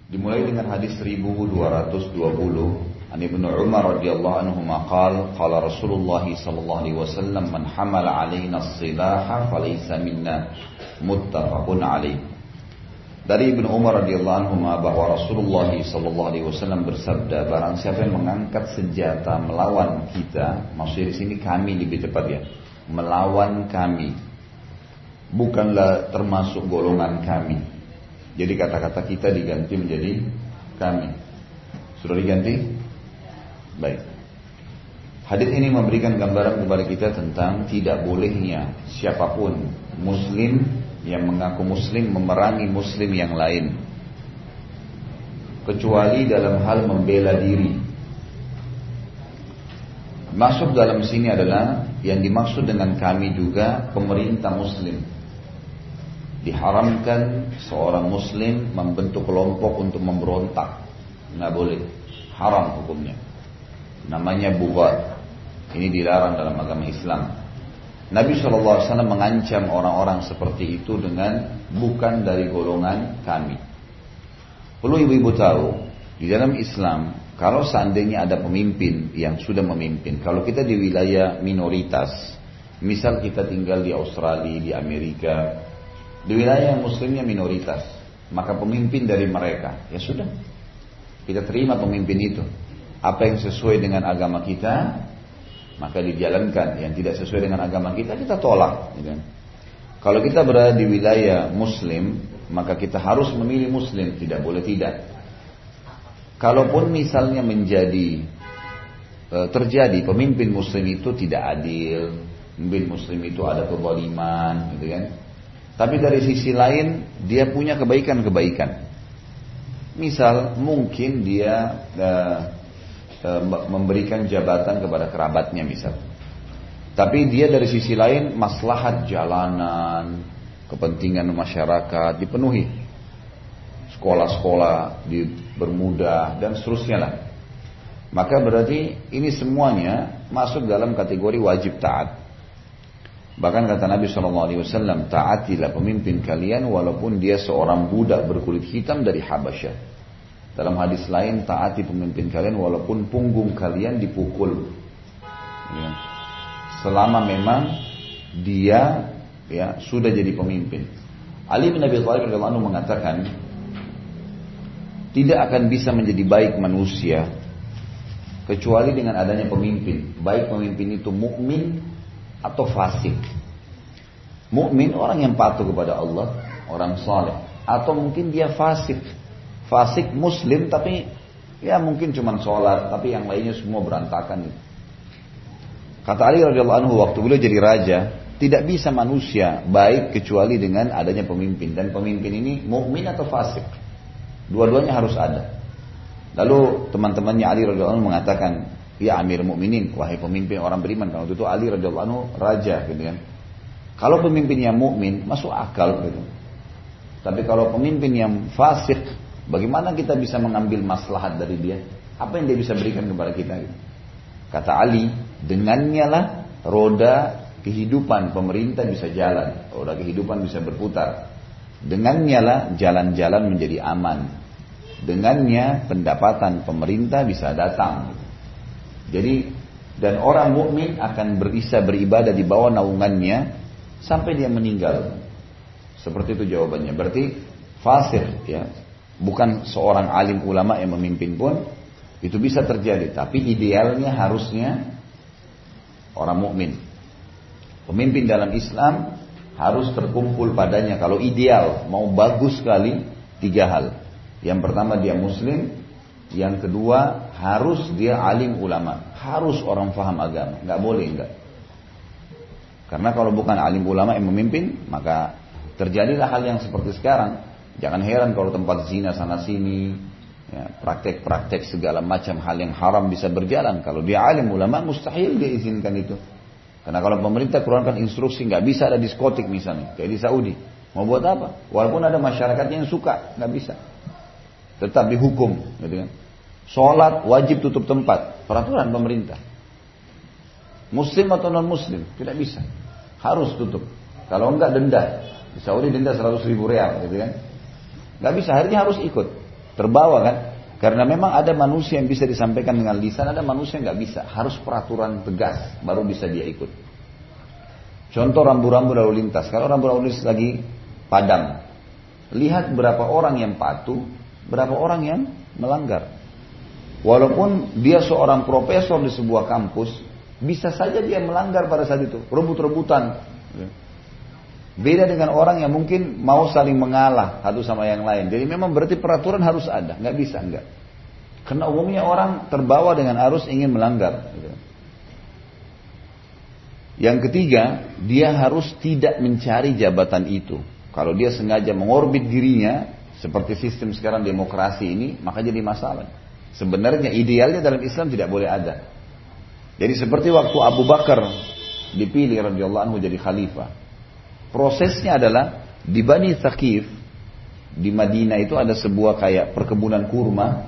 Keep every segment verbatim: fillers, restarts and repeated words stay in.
Dimulai dengan hadis seribu dua ratus dua puluh. An Ibnu Umar radhiyallahu anhu maqal qala Rasulullah sallallahu alaihi wasallam man hamala alaina as-silaha falaysa minna, muttafaqun alaih. Dari Ibnu Umar radhiyallahu anhu bahwa Rasulullah sallallahu alaihi wasallam bersabda, barang siapa yang mengangkat senjata melawan kita, maksudnya di sini kami lebih tepat ya, melawan kami, bukanlah termasuk golongan kami. Jadi kata-kata kita diganti menjadi kami. Sudah diganti? Baik. Hadis ini memberikan gambaran kepada kita tentang tidak bolehnya siapapun muslim yang mengaku muslim memerangi muslim yang lain, kecuali dalam hal membela diri. Masuk dalam sini adalah yang dimaksud dengan kami juga pemerintah muslim. Diharamkan seorang muslim membentuk kelompok untuk memberontak. Nggak boleh. Haram hukumnya. Namanya bughat. Ini dilarang dalam agama Islam. Nabi shallallahu alaihi wasallam mengancam orang-orang seperti itu dengan bukan dari golongan kami. Perlu ibu-ibu tahu, di dalam Islam, kalau seandainya ada pemimpin yang sudah memimpin, kalau kita di wilayah minoritas, misal kita tinggal di Australia, di Amerika, di wilayah yang muslimnya minoritas, maka pemimpin dari mereka, ya sudah, kita terima pemimpin itu. Apa yang sesuai dengan agama kita, maka dijalankan. Yang tidak sesuai dengan agama kita, kita tolak. Gitu. Kalau kita berada di wilayah muslim, maka kita harus memilih muslim, tidak boleh tidak. Kalaupun misalnya menjadi e, terjadi pemimpin muslim itu tidak adil, pemimpin muslim itu ada kezaliman, gitu kan. Tapi dari sisi lain dia punya kebaikan-kebaikan. Misal mungkin dia e, e, memberikan jabatan kepada kerabatnya misal. Tapi dia dari sisi lain maslahat jalanan, kepentingan masyarakat dipenuhi. Sekolah-sekolah dipermudah dan seterusnya lah. Maka berarti ini semuanya masuk dalam kategori wajib taat. Bahkan kata Nabi shallallahu alaihi wasallam, taatilah pemimpin kalian walaupun dia seorang budak berkulit hitam dari Habasyah. Dalam hadis lain, taati pemimpin kalian walaupun punggung kalian dipukul. Ya. Selama memang dia ya sudah jadi pemimpin. Ali bin Abi Thalib radhiyallahu anhu mengatakan, tidak akan bisa menjadi baik manusia kecuali dengan adanya pemimpin. Baik pemimpin itu mukmin atau fasik. Mukmin orang yang patuh kepada Allah, orang saleh, atau mungkin dia fasik. Fasik muslim tapi ya mungkin cuma sholat, tapi yang lainnya semua berantakan. Kata Ali radhiyallahu anhu waktu beliau jadi raja, tidak bisa manusia baik kecuali dengan adanya pemimpin, dan pemimpin ini mukmin atau fasik. Dua-duanya harus ada. Lalu teman-temannya Ali radhiyallahu anhu mengatakan, ya Amir Mukminin, wahai pemimpin orang beriman. Kalau itu Ali radhiyallahu anhu raja, gitu kan. Kalau pemimpinnya mukmin masuk akal, gitu. Tapi kalau pemimpin yang fasik, bagaimana kita bisa mengambil maslahat dari dia? Apa yang dia bisa berikan kepada kita? Gitu. Kata Ali, dengannya lah roda kehidupan pemerintah bisa jalan, roda kehidupan bisa berputar. Dengannya lah jalan-jalan menjadi aman. Dengannya pendapatan pemerintah bisa datang. Jadi dan orang mukmin akan bisa beribadah di bawah naungannya sampai dia meninggal. Seperti itu jawabannya. Berarti fasik ya, bukan seorang alim ulama yang memimpin pun itu bisa terjadi. Tapi idealnya harusnya orang mukmin. Pemimpin dalam Islam harus terkumpul padanya. Kalau ideal mau bagus sekali tiga hal. Yang pertama dia muslim. Yang kedua harus dia alim ulama, harus orang faham agama, nggak boleh enggak. Karena kalau bukan alim ulama yang memimpin, maka terjadilah hal yang seperti sekarang. Jangan heran kalau tempat zina sana sini, ya, praktek-praktek segala macam hal yang haram bisa berjalan. Kalau dia alim ulama mustahil dia izinkan itu. Karena kalau pemerintah keluarkan instruksi nggak bisa ada diskotik misalnya, kayak di Saudi, mau buat apa? Walaupun ada masyarakatnya yang suka, nggak bisa. Tetap dihukum, gitu kan. Sholat wajib tutup tempat, peraturan pemerintah. Muslim atau non muslim tidak bisa, harus tutup. Kalau enggak denda. Di Saudi denda seratus ribu real, gitu kan. Nggak bisa, akhirnya harus ikut. Terbawa kan? Karena memang ada manusia yang bisa disampaikan dengan lisan, ada manusia yang nggak bisa. Harus peraturan tegas, baru bisa dia ikut. Contoh rambu-rambu lalu lintas. Kalau rambu lalu lintas lagi padam, lihat berapa orang yang patuh, berapa orang yang melanggar. Walaupun dia seorang profesor di sebuah kampus, bisa saja dia melanggar pada saat itu, rebut-rebutan. Beda dengan orang yang mungkin mau saling mengalah satu sama yang lain. Jadi memang berarti peraturan harus ada, nggak bisa enggak. Karena umumnya orang terbawa dengan arus ingin melanggar. Yang ketiga, dia harus tidak mencari jabatan itu. Kalau dia sengaja mengorbit dirinya, seperti sistem sekarang demokrasi ini, maka jadi masalah. Sebenarnya idealnya dalam Islam tidak boleh ada. Jadi seperti waktu Abu Bakar dipilih radhiyallahu anhu jadi khalifah. Prosesnya adalah di Bani Thaqif di Madinah itu ada sebuah kayak perkebunan kurma.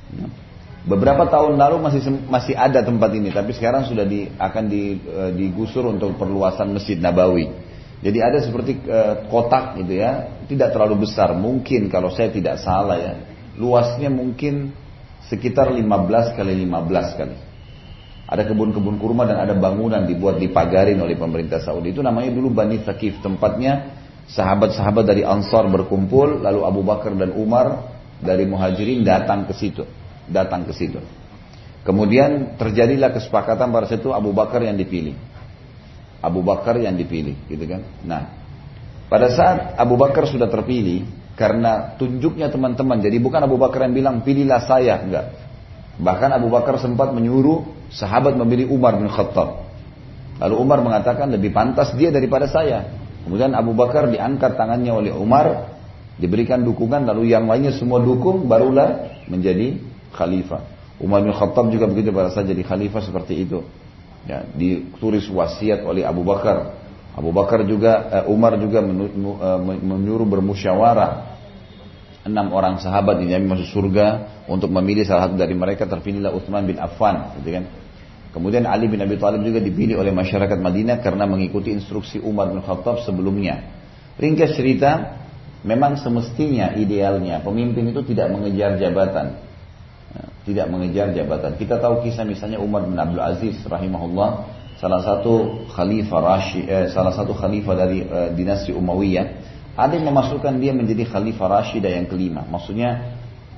Beberapa tahun lalu masih masih ada tempat ini, tapi sekarang sudah di, akan di, digusur untuk perluasan Masjid Nabawi. Jadi ada seperti uh, kotak gitu ya, tidak terlalu besar. Mungkin kalau saya tidak salah ya, luasnya mungkin sekitar lima belas kali lima belas kali. Ada kebun-kebun kurma dan ada bangunan dibuat dipagarin oleh pemerintah Saudi. Itu namanya dulu Bani Thaqif. Tempatnya sahabat-sahabat dari Ansar berkumpul, lalu Abu Bakar dan Umar dari Muhajirin datang ke situ. Datang ke situ. Kemudian terjadilah kesepakatan pada saat itu Abu Bakar yang dipilih. Abu Bakar yang dipilih, gitu kan. Nah, pada saat Abu Bakar sudah terpilih, karena tunjuknya teman-teman, jadi bukan Abu Bakar yang bilang pilihlah saya, enggak. Bahkan Abu Bakar sempat menyuruh sahabat memilih Umar bin Khattab. Lalu Umar mengatakan lebih pantas dia daripada saya. Kemudian Abu Bakar diangkat tangannya oleh Umar, diberikan dukungan, lalu yang lainnya semua dukung, barulah menjadi khalifah. Umar bin Khattab juga begitu pada saat jadi khalifah seperti itu. Ya, ditulis wasiat oleh Abu Bakar. Abu Bakar juga, uh, Umar juga menyuruh bermusyawarah. Enam orang sahabat yang masuk surga untuk memilih salah satu dari mereka, terpilihlah Utsman bin Affan, gitu kan. Kemudian Ali bin Abi Thalib juga dipilih oleh masyarakat Madinah karena mengikuti instruksi Umar bin Khattab sebelumnya. Ringkas cerita, memang semestinya idealnya pemimpin itu tidak mengejar jabatan, tidak mengejar jabatan. Kita tahu kisah misalnya Umar bin Abdul Aziz rahimahullah, salah satu khalifah Rashid, eh, salah satu khalifah dari eh, dinasti Umayyah. Ada yang memasukkan dia menjadi khalifah Rashidah yang kelima. Maksudnya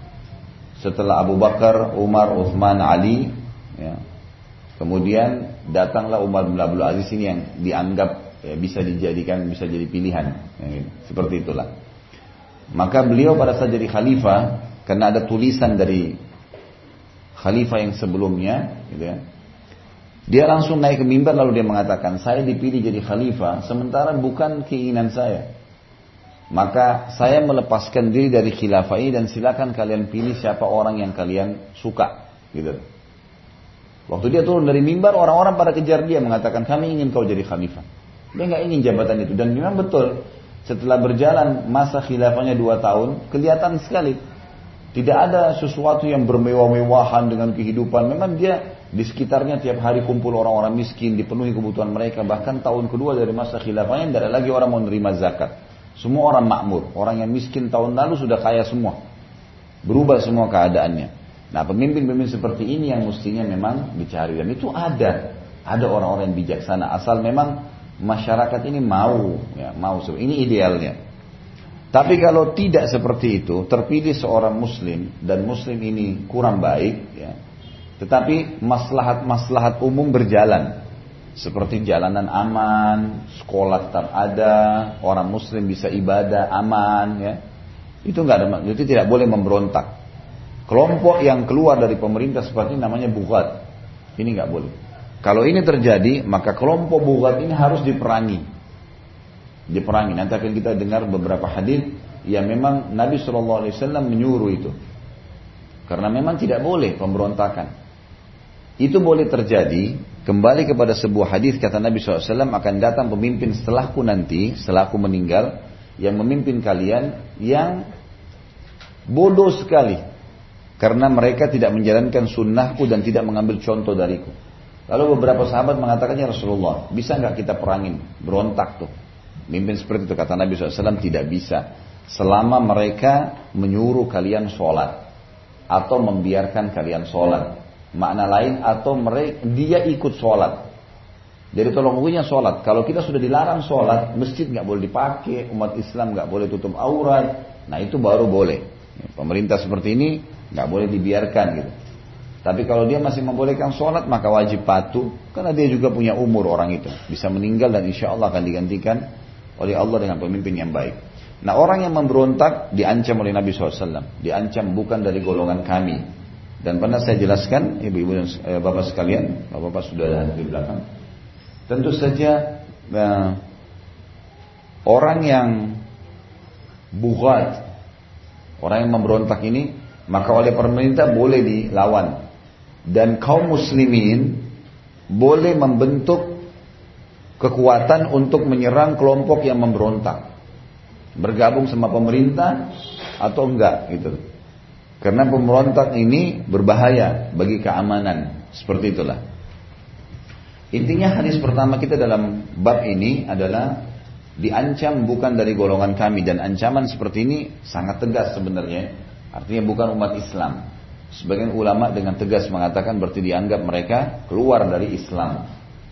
setelah Abu Bakar, Umar, Uthman, Ali, ya. Kemudian datanglah Umar bin Abdul Aziz ini yang dianggap ya, bisa dijadikan, bisa jadi pilihan, ya, seperti itulah. Maka beliau pada saat jadi khalifah, karena ada tulisan dari khalifah yang sebelumnya, gitu ya, dia langsung naik ke mimbar lalu dia mengatakan, saya dipilih jadi khalifah, sementara bukan keinginan saya. Maka saya melepaskan diri dari khilafah ini dan silakan kalian pilih siapa orang yang kalian suka, gitu. Waktu dia turun dari mimbar, orang-orang pada kejar dia mengatakan kami ingin kau jadi khalifah. Dia nggak ingin jabatan itu, dan memang betul. Setelah berjalan masa khilafahnya dua tahun, kelihatan sekali tidak ada sesuatu yang bermewah-mewahan dengan kehidupan. Memang dia di sekitarnya tiap hari kumpul orang-orang miskin, dipenuhi kebutuhan mereka. Bahkan tahun kedua dari masa khilafahnya tidak ada lagi orang mau menerima zakat. Semua orang makmur, orang yang miskin tahun lalu sudah kaya semua. Berubah semua keadaannya. Nah, pemimpin-pemimpin seperti ini yang mestinya memang dicari, dan itu ada. Ada orang-orang yang bijaksana, asal memang masyarakat ini mau, ya, mau. Ini idealnya. Tapi kalau tidak seperti itu, terpilih seorang muslim dan muslim ini kurang baik, ya, tetapi maslahat-maslahat umum berjalan. Seperti jalanan aman, sekolah tetap ada, orang muslim bisa ibadah aman, ya. Itu enggak ada, itu tidak boleh memberontak. Kelompok yang keluar dari pemerintah seperti ini namanya bughat. Ini enggak boleh. Kalau ini terjadi, maka kelompok bughat ini harus diperangi. Diperangi. Nanti akan kita dengar beberapa hadis yang memang Nabi shallallahu alaihi wasallam menyuruh itu. Karena memang tidak boleh pemberontakan. Itu boleh terjadi. Kembali kepada sebuah hadis, kata Nabi shallallahu alaihi wasallam, akan datang pemimpin setelahku nanti, setelah aku meninggal, yang memimpin kalian yang bodoh sekali, karena mereka tidak menjalankan sunnahku dan tidak mengambil contoh dariku. Lalu beberapa sahabat mengatakannya, Rasulullah, bisa nggak kita perangin, berontak tuh, mimpin seperti itu? Kata Nabi shallallahu alaihi wasallam, tidak bisa, selama mereka menyuruh kalian sholat. atau membiarkan kalian sholat. Makna lain atau mereka, dia ikut sholat. Jadi tolong ukurnya sholat. Kalau kita sudah dilarang sholat, masjid nggak boleh dipakai, umat Islam nggak boleh tutup aurat, nah itu baru boleh. Pemerintah seperti ini nggak boleh dibiarkan gitu. Tapi kalau dia masih membolehkan sholat, maka wajib patuh, karena dia juga punya umur orang itu, bisa meninggal dan insya Allah akan digantikan oleh Allah dengan pemimpin yang baik. Nah orang yang memberontak diancam oleh Nabi shallallahu alaihi wasallam, diancam bukan dari golongan kami. Dan pernah saya jelaskan, ibu-ibu dan eh, bapak sekalian, bapak-bapak sudah ada di belakang. Tentu saja eh, orang yang bughat, orang yang memberontak ini, maka oleh pemerintah boleh dilawan. Dan kaum muslimin boleh membentuk kekuatan untuk menyerang kelompok yang memberontak, bergabung sama pemerintah atau enggak gitu. Karena pemberontak ini berbahaya bagi keamanan, seperti itulah. Intinya hadis pertama kita dalam bab ini adalah diancam bukan dari golongan kami, dan ancaman seperti ini sangat tegas sebenarnya. Artinya bukan umat Islam. Sebagian ulama dengan tegas mengatakan berarti dianggap mereka keluar dari Islam.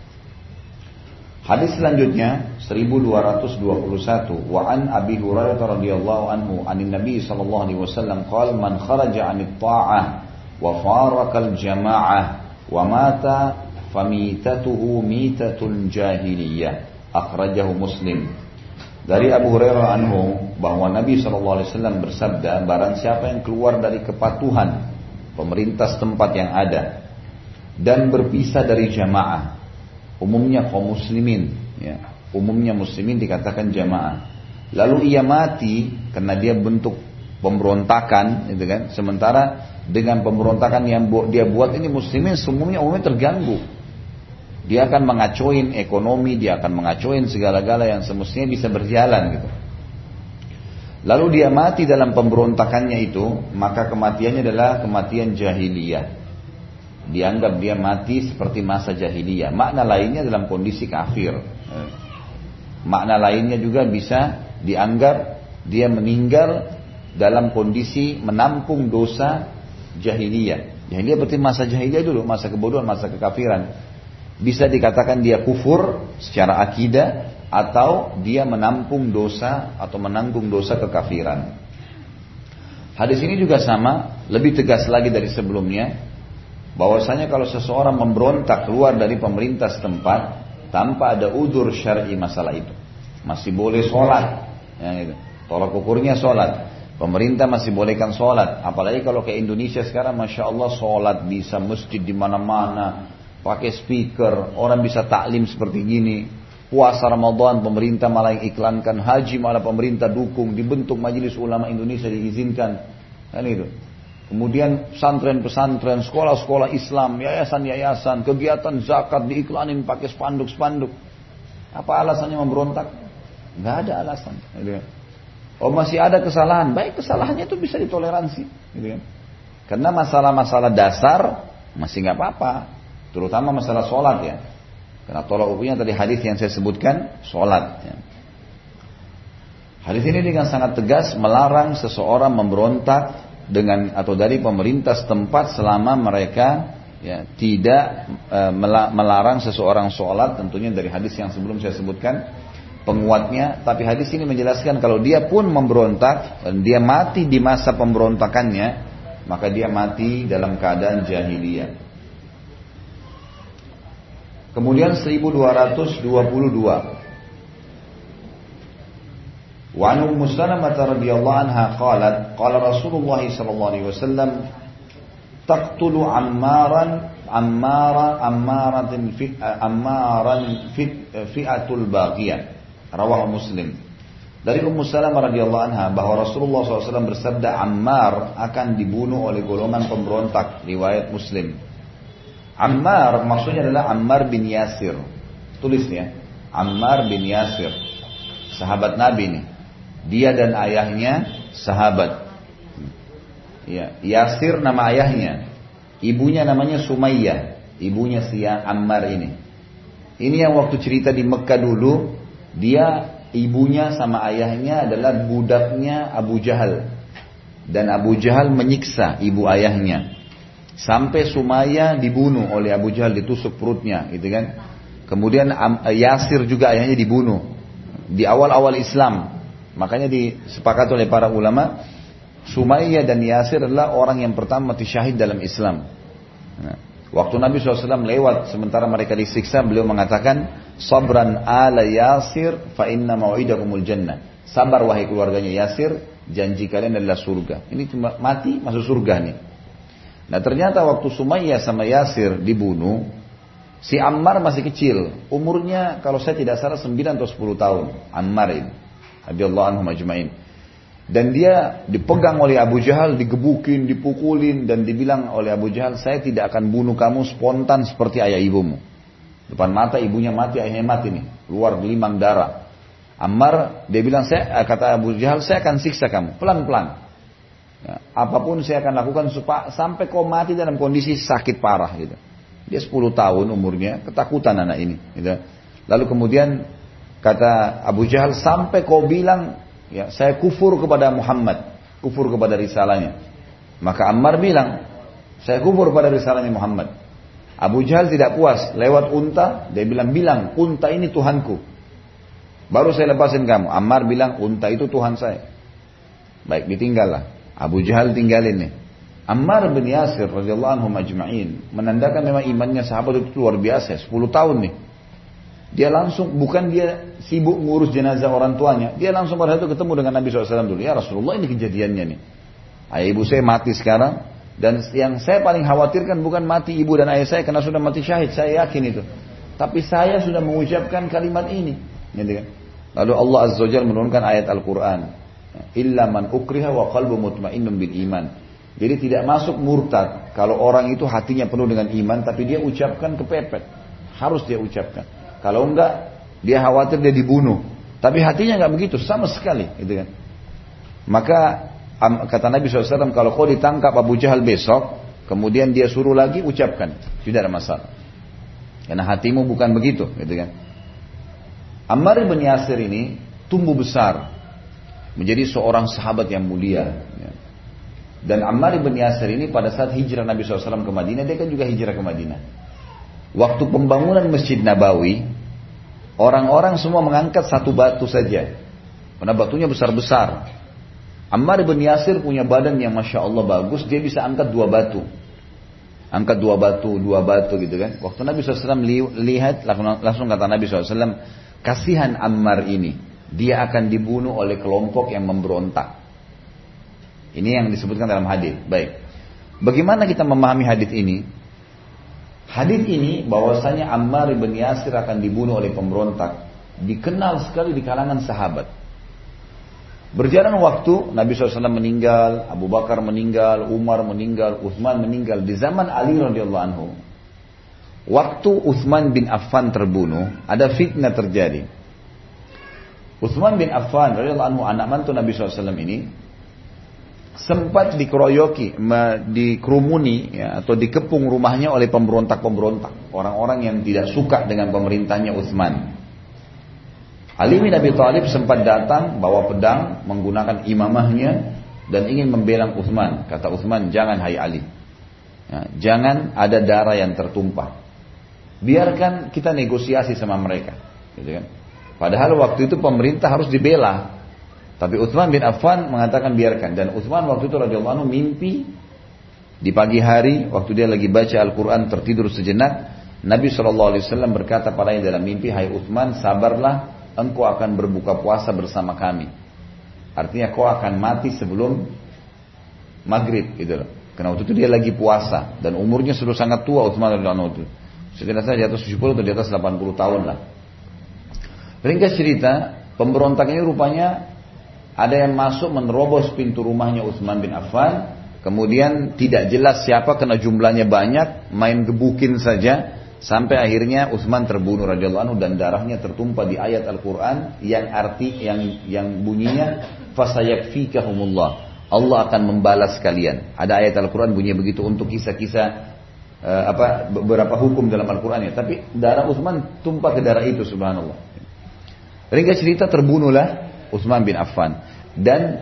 Hadis selanjutnya seribu dua ratus dua puluh satu, wa an Abi Hurairah radhiyallahu anhu anin Nabi sallallahu alaihi wasallam qala man kharaja 'anit ta'ah wa faraka al-jama'ah wa mata famitatuhu mitatul jahiliyah, akhrajahu Muslim. Dari Abu Hurairah anhu bahwa Nabi shallallahu alaihi wasallam bersabda, barang siapa yang keluar dari kepatuhan pemerintah setempat yang ada dan berpisah dari jamaah, umumnya kaum muslimin, ya, umumnya muslimin dikatakan jamaah, lalu ia mati karena dia bentuk pemberontakan, gitu kan? Sementara dengan pemberontakan yang dia buat ini muslimin semuanya umumnya terganggu. Dia akan mengacoin ekonomi, dia akan mengacoin segala-gala yang semestinya bisa berjalan gitu. Lalu dia mati dalam pemberontakannya itu, maka kematiannya adalah kematian jahiliyah. Dianggap dia mati seperti masa jahiliyah. Makna lainnya dalam kondisi kafir. Makna lainnya juga bisa dianggap dia meninggal dalam kondisi menampung dosa jahiliyah. Jahiliyah berarti masa jahiliyah dulu, masa kebodohan, masa kekafiran. Bisa dikatakan dia kufur secara akidah, atau dia menampung dosa atau menanggung dosa kekafiran. Hadis ini juga sama, lebih tegas lagi dari sebelumnya, bahwasanya kalau seseorang memberontak keluar dari pemerintah setempat tanpa ada udzur syar'i masalah itu, masih boleh sholat, ya, gitu. Tolak ukurnya sholat. Pemerintah masih bolehkan sholat, apalagi kalau ke Indonesia sekarang, masya Allah sholat bisa, masjid di mana-mana, pakai speaker, orang bisa taklim seperti gini. Puasa Ramadan pemerintah malah yang iklankan, haji malah pemerintah dukung, dibentuk majelis ulama Indonesia diizinkan, kan itu. Kemudian pesantren-pesantren, sekolah-sekolah Islam, yayasan-yayasan, kegiatan zakat diiklanin pakai spanduk-spanduk. Apa alasannya memberontak? Nggak ada alasan. Oh masih ada kesalahan, baik kesalahannya itu bisa ditoleransi, gitu kan? Karena masalah-masalah dasar masih nggak apa-apa, terutama masalah sholat ya. Karena tolak ukurnya tadi hadis yang saya sebutkan, sholat. Ya. Hadis ini dengan sangat tegas melarang seseorang memberontak dengan atau dari pemerintah setempat selama mereka ya, tidak e, melarang seseorang sholat. Tentunya dari hadis yang sebelum saya sebutkan penguatnya. Tapi hadis ini menjelaskan kalau dia pun memberontak dan dia mati di masa pemberontakannya, maka dia mati dalam keadaan jahiliyah. Kemudian seribu dua ratus dua puluh dua. Wa an Ummu Salamah radhiyallahu anha qalat qala Rasulullah sallallahu alaihi wasallam taqtulu ammaran ammara ammaratin fi ammaran fi fi'atul baghiyah. Rawahu Muslim. Dari Ummu Salamah radhiyallahu anha bahwa Rasulullah shallallahu alaihi wasallam bersabda, Ammar akan dibunuh oleh golongan pemberontak. Riwayat Muslim. Ammar maksudnya adalah Ammar bin Yasir. Tulis ya, Ammar bin Yasir, sahabat Nabi nih. Dia dan ayahnya sahabat. Ya, Yasir nama ayahnya. Ibunya namanya Sumayyah, ibunya si Ammar ini. Ini yang waktu cerita di Mekah dulu, dia ibunya sama ayahnya adalah budaknya Abu Jahal. dan Abu Jahal menyiksa ibu ayahnya. Sampai Sumayyah dibunuh oleh Abu Jahal, ditusuk perutnya, gitu kan. Kemudian Yasir juga ayahnya dibunuh di awal-awal Islam. Makanya disepakati oleh para ulama, Sumayyah dan Yasir adalah orang yang pertama mati syahid dalam Islam. Nah, waktu Nabi shallallahu alaihi wasallam lewat sementara mereka disiksa, beliau mengatakan, sabran ala Yasir fa inna mau'idakumul jannah. Sabar wahai keluarganya Yasir, janji kalian adalah surga. Ini cuma mati masuk surga nih. Nah ternyata waktu Sumayyah sama Yasir dibunuh, si Ammar masih kecil, umurnya kalau saya tidak salah sembilan atau sepuluh tahun. Ammar ini, radhiyallahu anhum ajma'in. Dan dia dipegang oleh Abu Jahal, digebukin, dipukulin, dan dibilang oleh Abu Jahal, saya tidak akan bunuh kamu spontan seperti ayah ibumu. Depan mata ibunya mati, ayahnya mati nih, keluar limang darah. Ammar, dia bilang, saya kata Abu Jahal, saya akan siksa kamu, pelan-pelan. Ya, apapun saya akan lakukan supaya sampai kau mati dalam kondisi sakit parah gitu. Dia sepuluh tahun umurnya, ketakutan anak ini gitu. Lalu kemudian kata Abu Jahal, sampai kau bilang ya saya kufur kepada Muhammad, kufur kepada risalahnya. Maka Ammar bilang, saya kufur kepada risalahnya Muhammad. Abu Jahal tidak puas, lewat unta, dia bilang, bilang unta ini Tuhanku, baru saya lepasin kamu. Ammar bilang, unta itu Tuhan saya. Baik, ditinggallah. Abu Jahal tinggalin nih. Ammar bin Yasir radhiyallahu anhum ajma'in menandakan memang imannya sahabat itu luar biasa. sepuluh tahun nih. Dia langsung, bukan dia sibuk ngurus jenazah orang tuanya, dia langsung pada itu ketemu dengan Nabi shallallahu alaihi wasallam dulu. Ya Rasulullah, ini kejadiannya nih. Ayah ibu saya mati sekarang, dan yang saya paling khawatirkan bukan mati ibu dan ayah saya karena sudah mati syahid, saya yakin itu. Tapi saya sudah mengucapkan kalimat ini. Gitu kan? Lalu Allah Azza wa Jalla menurunkan ayat Al-Quran. Illa man ukriha wa qalbu mutmainnun bil iman. Jadi tidak masuk murtad kalau orang itu hatinya penuh dengan iman tapi dia ucapkan kepepet. Harus dia ucapkan. Kalau enggak, dia khawatir dia dibunuh. Tapi hatinya enggak begitu sama sekali, gitu kan. Maka kata Nabi shallallahu alaihi wasallam, kalau kau ditangkap Abu Jahal besok, kemudian dia suruh lagi, ucapkan, tidak ada masalah. Karena hatimu bukan begitu, gitu kan. Ammar bin Yasir ini tumbuh besar menjadi seorang sahabat yang mulia. Dan Ammar bin Yasir ini pada saat hijrah Nabi shallallahu alaihi wasallam ke Madinah, dia kan juga hijrah ke Madinah. Waktu pembangunan Masjid Nabawi, orang-orang semua mengangkat satu batu saja, karena batunya besar-besar. Ammar bin Yasir punya badan yang Masya Allah bagus, dia bisa angkat dua batu. Angkat dua batu, dua batu gitu kan. Waktu Nabi shallallahu alaihi wasallam lihat, langsung kata Nabi shallallahu alaihi wasallam, kasihan Ammar ini, dia akan dibunuh oleh kelompok yang memberontak. Ini yang disebutkan dalam hadis. Baik. Bagaimana kita memahami hadis ini? Hadis ini bahwasanya Ammar bin Yasir akan dibunuh oleh pemberontak dikenal sekali di kalangan sahabat. Berjalan waktu, Nabi shallallahu alaihi wasallam meninggal, Abu Bakar meninggal, Umar meninggal, Utsman meninggal. Di zaman Ali radhiyallahu anhu, waktu Utsman bin Affan terbunuh, ada fitnah terjadi. Utsman bin Affan radhiyallahu anhu, anak mantu Nabi shallallahu alaihi wasallam ini, sempat dikeroyoki, dikerumuni ya, atau dikepung rumahnya oleh pemberontak-pemberontak, orang-orang yang tidak suka dengan pemerintahnya Utsman. Ali bin Abi Thalib sempat datang bawa pedang, menggunakan imamahnya dan ingin membela Utsman. Kata Utsman, jangan hai Ali, ya, jangan ada darah yang tertumpah, biarkan kita negosiasi sama mereka, gitu kan. Padahal waktu itu pemerintah harus dibela. Tapi Utsman bin Affan mengatakan biarkan. Dan Utsman waktu itu radhiyallahu anhu mimpi di pagi hari waktu dia lagi baca Al-Quran tertidur sejenak. Nabi shallallahu alaihi wasallam berkata padanya dalam mimpi, hai Utsman, sabarlah, engkau akan berbuka puasa bersama kami. Artinya kau akan mati sebelum maghrib gitu loh. Karena waktu itu dia lagi puasa dan umurnya sudah sangat tua Utsman radhiyallahu anhu. Setidaknya di atas tujuh puluh atau di atas delapan puluh tahun lah. Ringkas cerita, pemberontak ini rupanya ada yang masuk menerobos pintu rumahnya Utsman bin Affan. Kemudian tidak jelas siapa, karena jumlahnya banyak, main gebukin saja. Sampai akhirnya Utsman terbunuh radhiyallahu anhu dan darahnya tertumpah di ayat Al-Quran yang arti yang yang bunyinya fasayakfikahumullah, Allah akan membalas kalian. Ada ayat Al-Quran bunyinya begitu untuk kisah-kisah uh, apa beberapa hukum dalam Al-Quran ya. Tapi darah Utsman tumpah ke darah itu, subhanallah. Ringkas cerita, terbunuhlah Utsman bin Affan. Dan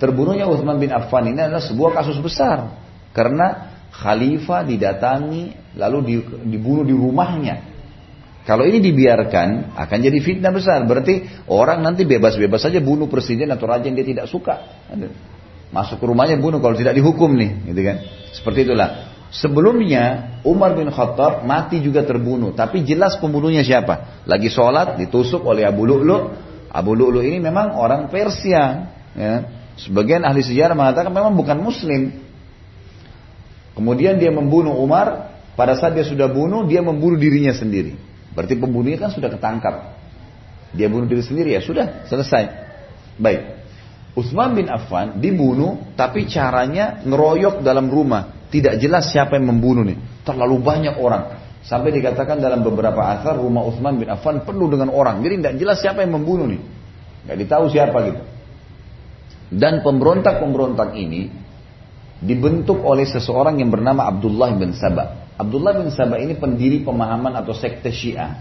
Terbunuhnya Utsman bin Affan ini adalah sebuah kasus besar. Karena khalifah didatangi lalu dibunuh di rumahnya. Kalau ini dibiarkan akan jadi fitnah besar. Berarti orang nanti bebas-bebas saja bunuh presiden atau raja yang dia tidak suka. Masuk ke rumahnya bunuh kalau tidak dihukum nih, gitu kan? Seperti itulah. Sebelumnya Umar bin Khattab mati juga terbunuh, tapi jelas pembunuhnya siapa? Lagi sholat ditusuk oleh Abu Lu'lu'. Abu Lu'lu' ini memang orang Persia. Ya. Sebagian ahli sejarah mengatakan memang bukan Muslim. Kemudian dia membunuh Umar. Pada saat dia sudah bunuh, dia membunuh dirinya sendiri. Berarti pembunuhnya kan sudah ketangkap. Dia bunuh diri sendiri, ya sudah selesai. Baik. Utsman bin Affan dibunuh, tapi caranya ngeroyok dalam rumah. Tidak jelas siapa yang membunuh nih. Terlalu banyak orang. Sampai dikatakan dalam beberapa asar rumah Utsman bin Affan penuh dengan orang. Jadi tidak jelas siapa yang membunuh nih. Gak ditahu siapa gitu. Dan pemberontak-pemberontak ini dibentuk oleh seseorang yang bernama Abdullah bin Saba. Abdullah bin Saba ini pendiri pemahaman atau sekte Syiah.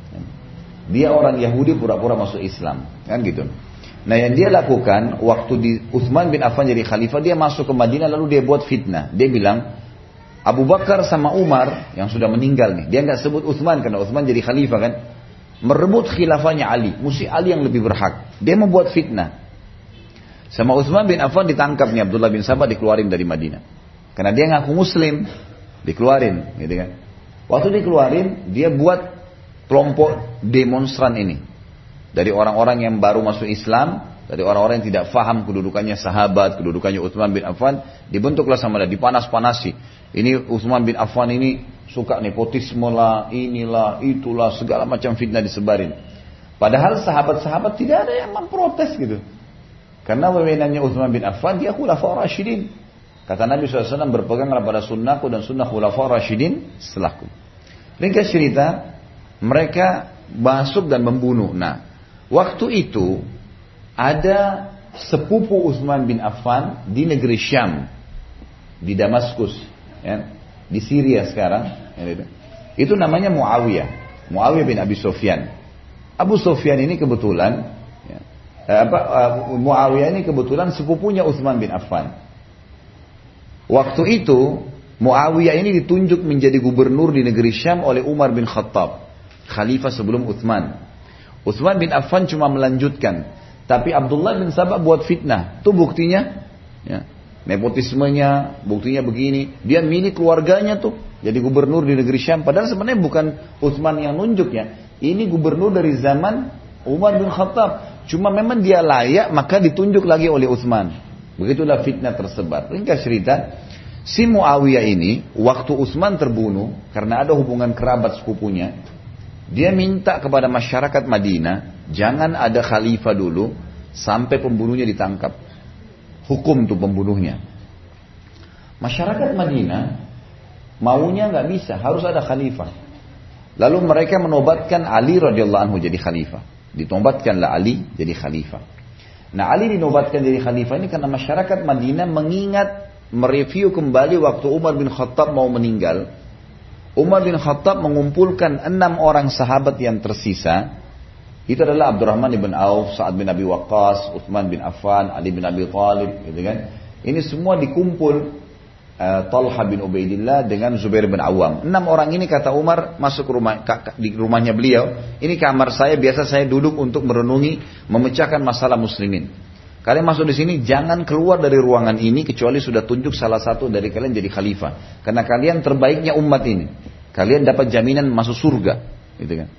Dia orang Yahudi pura-pura masuk Islam. Kan gitu. Nah yang dia lakukan waktu di Utsman bin Affan jadi khalifah, dia masuk ke Madinah lalu dia buat fitnah. Dia bilang Abu Bakar sama Umar yang sudah meninggal nih, dia nggak sebut Utsman karena Utsman jadi khalifah kan, merebut khilafahnya Ali, mesti Ali yang lebih berhak. Dia membuat fitnah. Sama Utsman bin Affan ditangkap nih Abdullah bin Sabah, dikeluarin dari Madinah karena dia ngaku Muslim, dikeluarin, gitu kan. Waktu dikeluarin dia buat kelompok demonstran ini. Dari orang-orang yang baru masuk Islam, dari orang-orang yang tidak faham kedudukannya sahabat, kedudukannya Utsman bin Affan, dibentuklah sama dia, dipanas-panasi. Ini Utsman bin Affan ini suka nepotisme lah, inilah, itulah, segala macam fitnah disebarin. Padahal sahabat-sahabat tidak ada yang memprotes gitu. Karena wewenangnya Utsman bin Affan, dia khulafa Rasyidin. Kata Nabi shallallahu alaihi wasallam, berpeganglah pada sunnahku dan sunnah khulafa Rasyidin setelahku. Ringkas cerita, mereka masuk dan membunuh. Nah, waktu itu ada sepupu Utsman bin Affan di negeri Syam, di Damaskus, ya, di Syria sekarang. Ya, itu namanya Muawiyah, Muawiyah bin Abi Sufyan. Abu Sufyan ini kebetulan, ya, apa, Muawiyah ini kebetulan sepupunya Utsman bin Affan. Waktu itu Muawiyah ini ditunjuk menjadi gubernur di negeri Syam oleh Umar bin Khattab, khalifah sebelum Utsman. Utsman bin Affan cuma melanjutkan, tapi Abdullah bin Sabah buat fitnah. Itu buktinya, ya, nepotismenya, buktinya begini. Dia milih keluarganya tuh jadi gubernur di negeri Syam. Padahal sebenarnya bukan Utsman yang nunjuknya. Ini gubernur dari zaman Umar bin Khattab. Cuma memang dia layak, maka ditunjuk lagi oleh Utsman. Begitulah fitnah tersebar. Ringkas cerita, si Muawiyah ini waktu Utsman terbunuh karena ada hubungan kerabat sepupunya, dia minta kepada masyarakat Madinah, jangan ada khalifah dulu sampai pembunuhnya ditangkap. Hukum tuh pembunuhnya. Masyarakat Madinah maunya nggak bisa, harus ada khalifah. Lalu mereka menobatkan Ali radhiyallahu anhu jadi khalifah. Ditobatkanlah Ali jadi khalifah. Nah, Ali dinobatkan jadi khalifah ini karena masyarakat Madinah mengingat, mereview kembali waktu Umar bin Khattab mau meninggal. Umar bin Khattab mengumpulkan enam orang sahabat yang tersisa. Itu adalah Abdurrahman bin Auf, Sa'ad bin Abi Waqqas, Utsman bin Affan, Ali bin Abi Thalib, gitu kan. Ini semua dikumpul, uh, Talha bin Ubaidillah dengan Zubair bin Awam. Enam orang ini kata Umar masuk ke rumah, di rumahnya beliau. Ini kamar saya, biasa saya duduk untuk merenungi, memecahkan masalah muslimin. Kalian masuk di sini, jangan keluar dari ruangan ini kecuali sudah tunjuk salah satu dari kalian jadi khalifah. Karena kalian terbaiknya umat ini. Kalian dapat jaminan masuk surga, gitu kan.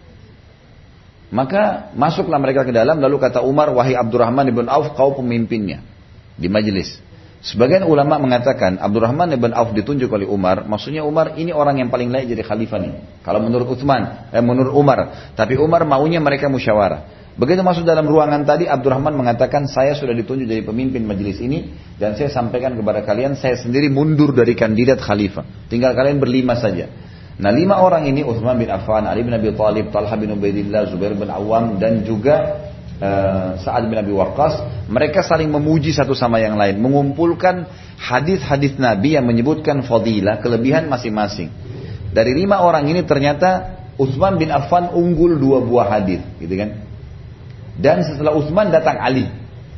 Maka masuklah mereka ke dalam, lalu kata Umar, wahai Abdurrahman ibn Auf, kau pemimpinnya di majelis. Sebagian ulama mengatakan Abdurrahman ibn Auf ditunjuk oleh Umar, maksudnya Umar ini orang yang paling layak jadi khalifah nih. Kalau menurut Utsman, eh, menurut Umar, tapi Umar maunya mereka musyawarah. Begitu masuk dalam ruangan tadi, Abdurrahman mengatakan, saya sudah ditunjuk jadi pemimpin majelis ini, dan saya sampaikan kepada kalian, saya sendiri mundur dari kandidat khalifah. Tinggal kalian berlima saja. Nah, lima orang ini, Utsman bin Affan, Ali bin Abi Thalib, Talha bin Ubaidillah, Zubair bin Awam, dan juga uh, Sa'ad bin Abi Waqqas, mereka saling memuji satu sama yang lain, mengumpulkan hadis-hadis Nabi yang menyebutkan fadilah, kelebihan masing-masing. Dari lima orang ini ternyata Utsman bin Affan unggul dua buah hadis, gitu kan? Dan setelah Utsman datang Ali.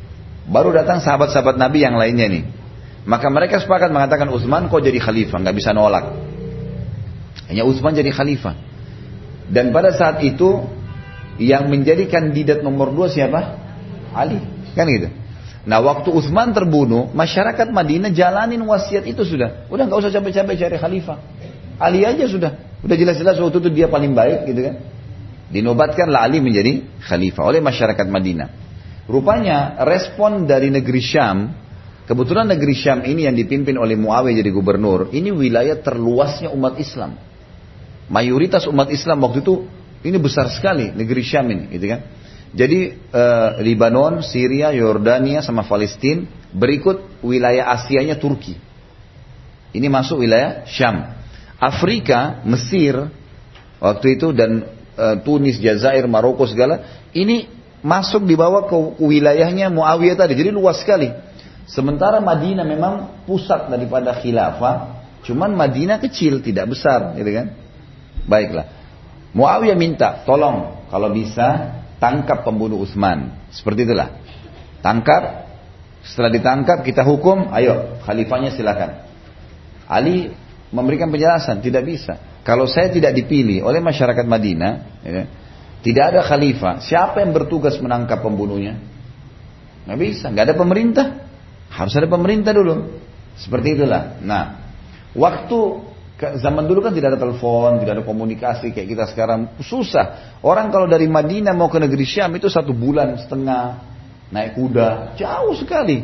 Baru datang sahabat-sahabat Nabi yang lainnya nih. Maka mereka sepakat mengatakan Utsman kok jadi khalifah, nggak bisa nolak. Hanya Utsman jadi khalifah. Dan pada saat itu yang menjadi kandidat nomor dua siapa? Ali, kan gitu. Nah waktu Utsman terbunuh, masyarakat Madinah jalanin wasiat itu sudah. Udah nggak usah capek-capek cari khalifah. Ali aja sudah. Udah jelas-jelas waktu itu dia paling baik gitu kan. Dinobatkanlah Ali menjadi khalifah oleh masyarakat Madinah. Rupanya respon dari negeri Syam, kebetulan negeri Syam ini yang dipimpin oleh Muawiyah jadi gubernur, ini wilayah terluasnya umat Islam. Mayoritas umat Islam waktu itu ini besar sekali negeri Syam ini, gitu kan. Jadi eh, Lebanon, Syria, Yordania sama Palestina, berikut wilayah Asianya Turki. Ini masuk wilayah Syam. Afrika, Mesir waktu itu dan eh, Tunis, Jazair, Maroko segala ini masuk di bawah ke wilayahnya Muawiyah tadi. Jadi luas sekali. Sementara Madinah memang pusat daripada khilafah, cuman Madinah kecil, tidak besar, gitu kan. Baiklah. Muawiyah minta, tolong kalau bisa tangkap pembunuh Utsman. Seperti itulah. Tangkap, setelah ditangkap kita hukum, ayo khalifahnya silakan. Ali memberikan penjelasan, tidak bisa. Kalau saya tidak dipilih oleh masyarakat Madinah, ya, tidak ada khalifah, siapa yang bertugas menangkap pembunuhnya? Nggak bisa, nggak ada pemerintah. Harus ada pemerintah dulu. Seperti itulah. Nah, waktu zaman dulu kan tidak ada telepon, tidak ada komunikasi kayak kita sekarang. Susah. Orang kalau dari Madinah mau ke negeri Syam itu satu bulan setengah naik kuda, jauh sekali.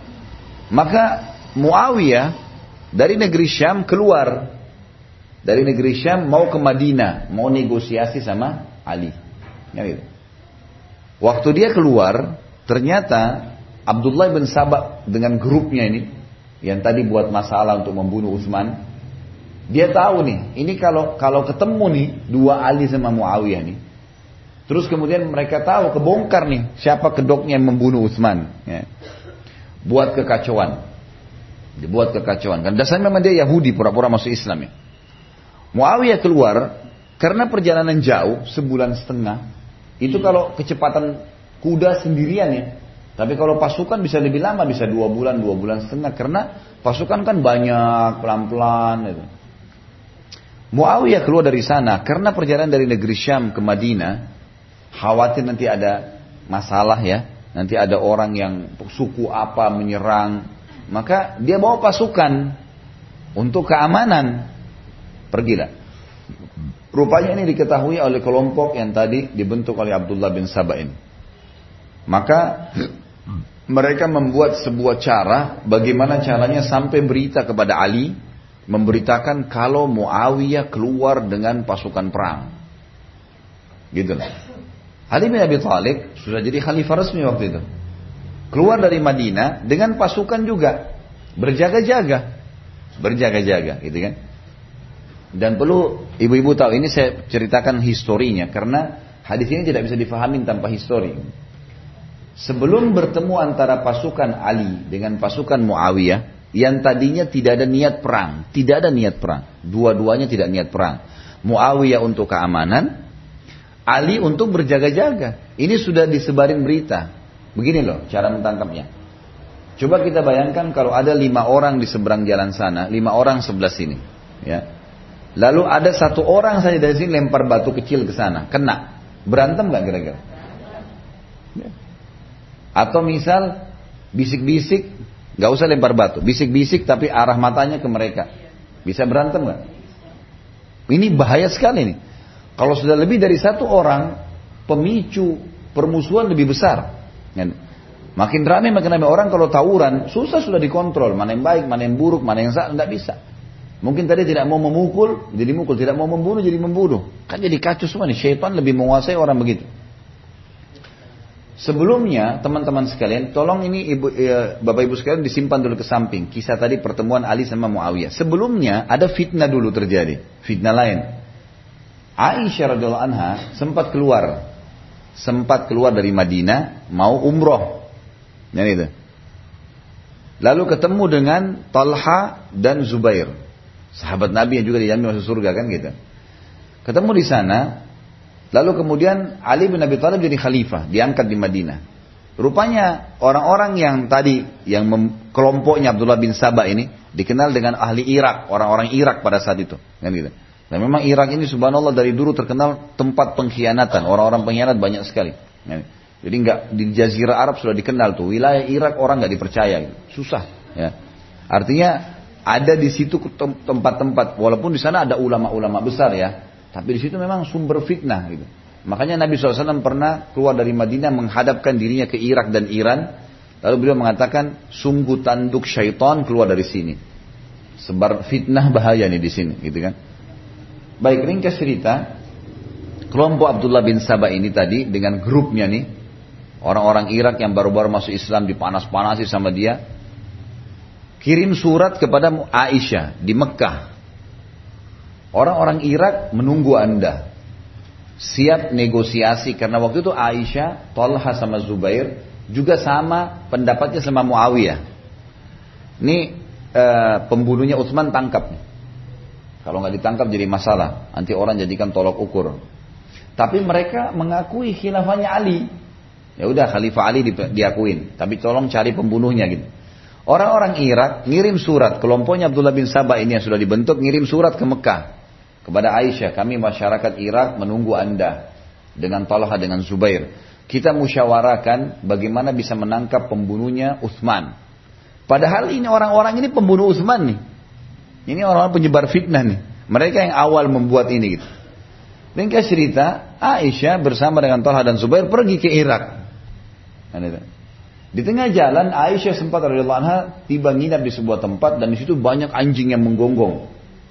Maka Muawiyah dari negeri Syam keluar, dari negeri Syam mau ke Madinah, mau negosiasi sama Ali. Ya, gitu. Waktu dia keluar, ternyata Abdullah bin Sabah dengan grupnya ini, yang tadi buat masalah untuk membunuh Utsman, dia tahu nih, ini kalau kalau ketemu nih dua Ali sama Muawiyah nih, terus kemudian mereka tahu kebongkar nih siapa kedoknya yang membunuh Utsman, ya. Buat kekacauan, dibuat kekacauan. Kan dasarnya memang dia Yahudi, pura-pura masuk Islam ya. Muawiyah keluar karena perjalanan jauh sebulan setengah. Itu kalau kecepatan kuda sendirian ya. Tapi kalau pasukan bisa lebih lama, bisa dua bulan, dua bulan setengah. Karena pasukan kan banyak, pelan-pelan. Gitu. Muawiyah keluar dari sana, karena perjalanan dari negeri Syam ke Madinah, khawatir nanti ada masalah ya. Nanti ada orang yang suku apa menyerang. Maka dia bawa pasukan untuk keamanan. Pergilah. Rupanya ini diketahui oleh kelompok yang tadi dibentuk oleh Abdullah bin Sabah ini. Maka mereka membuat sebuah cara, bagaimana caranya sampai berita kepada Ali, memberitakan kalau Muawiyah keluar dengan pasukan perang. Gitu lah. Ali bin Abi Thalib sudah jadi khalifah resmi waktu itu. Keluar dari Madinah dengan pasukan juga, berjaga-jaga, berjaga-jaga, gitu kan? Dan perlu ibu-ibu tahu, ini saya ceritakan historinya karena hadis ini tidak bisa difahami tanpa histori. Sebelum bertemu antara pasukan Ali dengan pasukan Muawiyah, yang tadinya tidak ada niat perang, tidak ada niat perang, dua-duanya tidak niat perang. Muawiyah untuk keamanan, Ali untuk berjaga-jaga. Ini sudah disebarin berita. Begini loh cara mentangkapnya. Coba kita bayangkan kalau ada lima orang di seberang jalan sana, lima orang sebelah sini, ya. Lalu ada satu orang saja dari sini lempar batu kecil ke sana, kena, berantem nggak kira-kira? Ya. Atau misal bisik-bisik, nggak usah lempar batu, bisik-bisik tapi arah matanya ke mereka, bisa berantem nggak? Ini bahaya sekali nih. Kalau sudah lebih dari satu orang, pemicu permusuhan lebih besar. Makin ramai makin ramai orang kalau tawuran, susah sudah dikontrol, mana yang baik, mana yang buruk, mana yang salah, nggak bisa. Mungkin tadi tidak mau memukul, jadi mukul. Tidak mau membunuh, jadi membunuh. Kan jadi kacau semua nih. Syaitan lebih menguasai orang begitu. Sebelumnya, teman-teman sekalian, tolong ini ibu, e, bapak ibu sekalian disimpan dulu ke samping. Kisah tadi pertemuan Ali sama Muawiyah. Sebelumnya, ada fitnah dulu terjadi. Fitnah lain. Aisyah radhiyallahu anha sempat keluar. Sempat keluar dari Madinah, mau umroh. Yang itu. Lalu ketemu dengan Talha dan Zubair. Sahabat Nabi yang juga dijamin masuk surga kan gitu. Ketemu di sana, lalu kemudian Ali bin Abi Thalib jadi khalifah, diangkat di Madinah. Rupanya orang-orang yang tadi, yang mem, kelompoknya Abdullah bin Sabah ini, dikenal dengan ahli Irak, orang-orang Irak pada saat itu. Kan gitu. Dan memang Irak ini subhanallah dari dulu terkenal tempat pengkhianatan, orang-orang pengkhianat banyak sekali. Jadi nggak di Jazirah Arab sudah dikenal tuh, wilayah Irak orang nggak dipercaya, gitu. Susah. Ya. Artinya ada di situ tempat-tempat, walaupun di sana ada ulama-ulama besar ya, tapi di situ memang sumber fitnah gitu. Makanya Nabi shallallahu alaihi wasallam pernah keluar dari Madinah menghadapkan dirinya ke Irak dan Iran. Lalu beliau mengatakan, sungguh tanduk syaitan keluar dari sini. Sebar fitnah bahaya nih di sini, gitu kan. Baik, ringkas cerita, kelompok Abdullah bin Sabah ini tadi dengan grupnya nih, orang-orang Irak yang baru-baru masuk Islam dipanas-panasi sama dia, kirim surat kepada Aisyah di Mekah. Orang-orang Irak menunggu Anda. Siap negosiasi karena waktu itu Aisyah, Talha sama Zubair juga sama pendapatnya sama Muawiyah. Ini e, pembunuhnya Utsman tangkap. Kalau nggak ditangkap jadi masalah. Nanti orang jadikan tolok ukur. Tapi mereka mengakui khilafahnya Ali. Ya udah Khalifah Ali di, diakuin. Tapi tolong cari pembunuhnya gitu. Orang-orang Irak ngirim surat, kelompoknya Abdullah bin Sabah ini yang sudah dibentuk ngirim surat ke Mekah. Kepada Aisyah, kami masyarakat Irak menunggu Anda dengan Talha dengan Zubair. Kita musyawarahkan bagaimana bisa menangkap pembunuhnya Utsman. Padahal ini orang-orang ini pembunuh Utsman nih. Ini orang-orang penyebar fitnah nih. Mereka yang awal membuat ini gitu. Ringkas cerita, Aisyah bersama dengan Talha dan Zubair pergi ke Irak. Di tengah jalan Aisyah sempat radhiyallahu anha tiba nginap di sebuah tempat dan di situ banyak anjing yang menggonggong.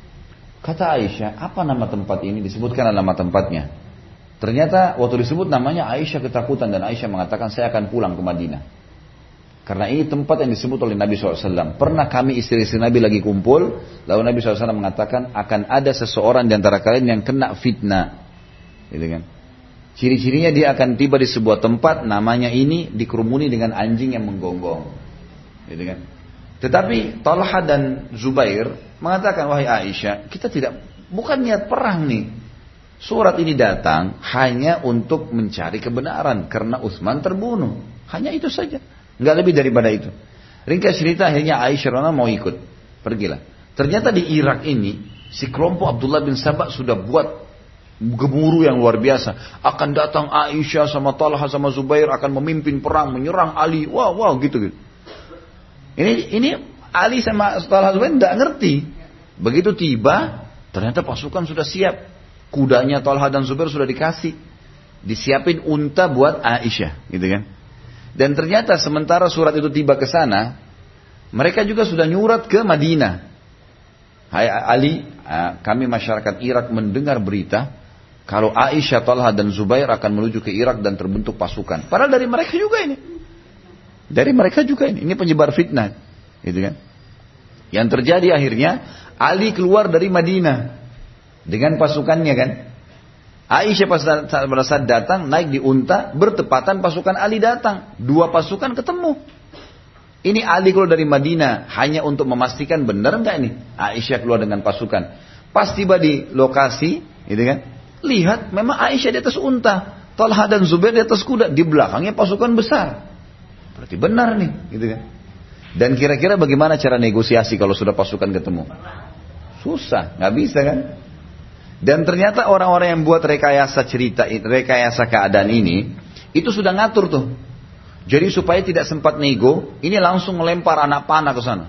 Kata Aisyah, apa nama tempat ini? Disebutkan nama tempatnya. Ternyata waktu disebut namanya Aisyah ketakutan dan Aisyah mengatakan saya akan pulang ke Madinah. Karena ini tempat yang disebut oleh Nabi shallallahu alaihi wasallam. Pernah kami istri-istri Nabi lagi kumpul, lalu Nabi shallallahu alaihi wasallam mengatakan akan ada seseorang di antara kalian yang kena fitnah. Gitu kan? Ciri-cirinya dia akan tiba di sebuah tempat, namanya ini dikerumuni dengan anjing yang menggonggong. Gitu kan? Tetapi Talha dan Zubair mengatakan, wahai Aisyah, kita tidak, bukan niat perang nih. Surat ini datang hanya untuk mencari kebenaran karena Utsman terbunuh. Hanya itu saja, nggak lebih daripada itu. Ringkas cerita akhirnya Aisyah mau ikut, pergilah. Ternyata di Irak ini si kelompok Abdullah bin Sabah sudah buat gemuruh yang luar biasa. Akan datang Aisyah sama Talha sama Zubair akan memimpin perang menyerang Ali. Wow wow gitu gitu. Ini ini Ali sama Talha Zubair tidak ngerti. Begitu tiba, ternyata pasukan sudah siap. Kudanya Talha dan Zubair sudah dikasih. Disiapin unta buat Aisyah, gitu kan. Dan ternyata sementara surat itu tiba ke sana, mereka juga sudah nyurat ke Madinah. Hai Ali, kami masyarakat Irak mendengar berita kalau Aisyah, Talha dan Zubair akan menuju ke Irak dan terbentuk pasukan. Padahal dari mereka juga ini. Dari mereka juga ini, ini penyebar fitnah, gitu kan? Yang terjadi akhirnya Ali keluar dari Madinah dengan pasukannya kan. Aisyah pada saat datang naik di unta, bertepatan pasukan Ali datang, dua pasukan ketemu. Ini Ali keluar dari Madinah hanya untuk memastikan benar enggak ini Aisyah keluar dengan pasukan. Pas tiba di lokasi, gitu kan? Lihat, memang Aisyah di atas unta, Talha dan Zubair di atas kuda, di belakangnya pasukan besar. Berarti benar nih, gitu kan? Dan kira-kira bagaimana cara negosiasi kalau sudah pasukan ketemu? Susah, nggak bisa kan? Dan ternyata orang-orang yang buat rekayasa cerita, rekayasa keadaan ini, itu sudah ngatur tuh. Jadi supaya tidak sempat nego, ini langsung melempar anak panah ke sana.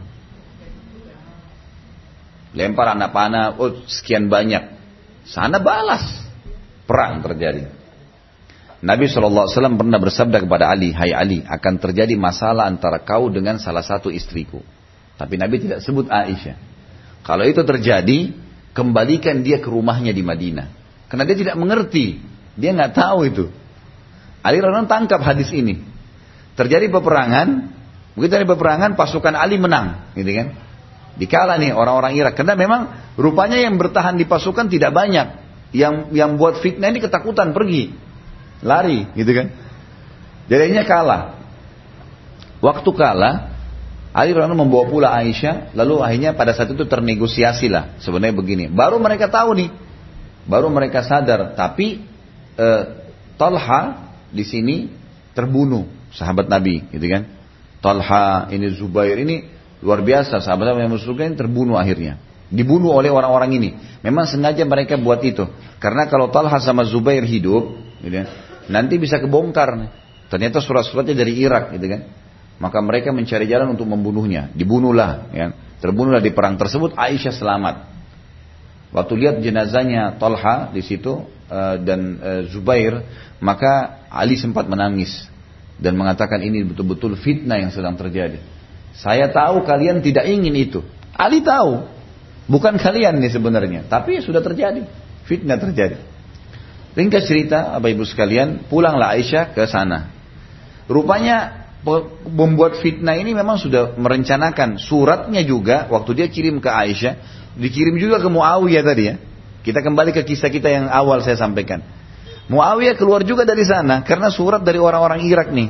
Lempar anak panah, oh sekian banyak. Sana balas, perang terjadi. Nabi shallallahu alaihi wasallam pernah bersabda kepada Ali, hai Ali, akan terjadi masalah antara kau dengan salah satu istriku. Tapi Nabi tidak sebut Aisyah. Kalau itu terjadi, kembalikan dia ke rumahnya di Madinah. Karena dia tidak mengerti, dia nggak tahu itu. Ali radhiyallahu anhu tangkap hadis ini. Terjadi peperangan, begitu ada peperangan, pasukan Ali menang, gitu kan? Dikala nih orang-orang Irak, karena memang rupanya yang bertahan di pasukan tidak banyak. Yang yang buat fitnah ini ketakutan pergi. Lari, gitu kan. Jadinya kalah. Waktu kalah, Ali radhiyallahu anhu membawa pula Aisyah, lalu akhirnya pada saat itu ternegosiasi lah. Sebenarnya begini, baru mereka tahu nih, baru mereka sadar. Tapi eh, Talha di sini terbunuh sahabat Nabi, gitu kan. Talha, ini Zubair, ini luar biasa, sahabat yang musuhkan terbunuh akhirnya. Dibunuh oleh orang-orang ini. Memang sengaja mereka buat itu. Karena kalau Talha sama Zubair hidup, gitu kan, nanti bisa kebongkar. Ternyata surat-suratnya dari Irak, gitu kan. Maka mereka mencari jalan untuk membunuhnya. Dibunuhlah, ya. Terbunuhlah di perang tersebut. Aisyah selamat. Waktu lihat jenazahnya Talha di situ uh, dan uh, Zubair, maka Ali sempat menangis dan mengatakan ini betul-betul fitnah yang sedang terjadi. Saya tahu kalian tidak ingin itu. Ali tahu, bukan kalian nih sebenarnya, tapi sudah terjadi, fitnah terjadi. Ringkas cerita, Bapak Ibu sekalian, pulanglah Aisyah ke sana. Rupanya membuat fitnah ini memang sudah merencanakan. Suratnya juga waktu dia kirim ke Aisyah, dikirim juga ke Muawiyah tadi ya. Kita kembali ke kisah kita yang awal saya sampaikan. Muawiyah keluar juga dari sana karena surat dari orang-orang Irak nih.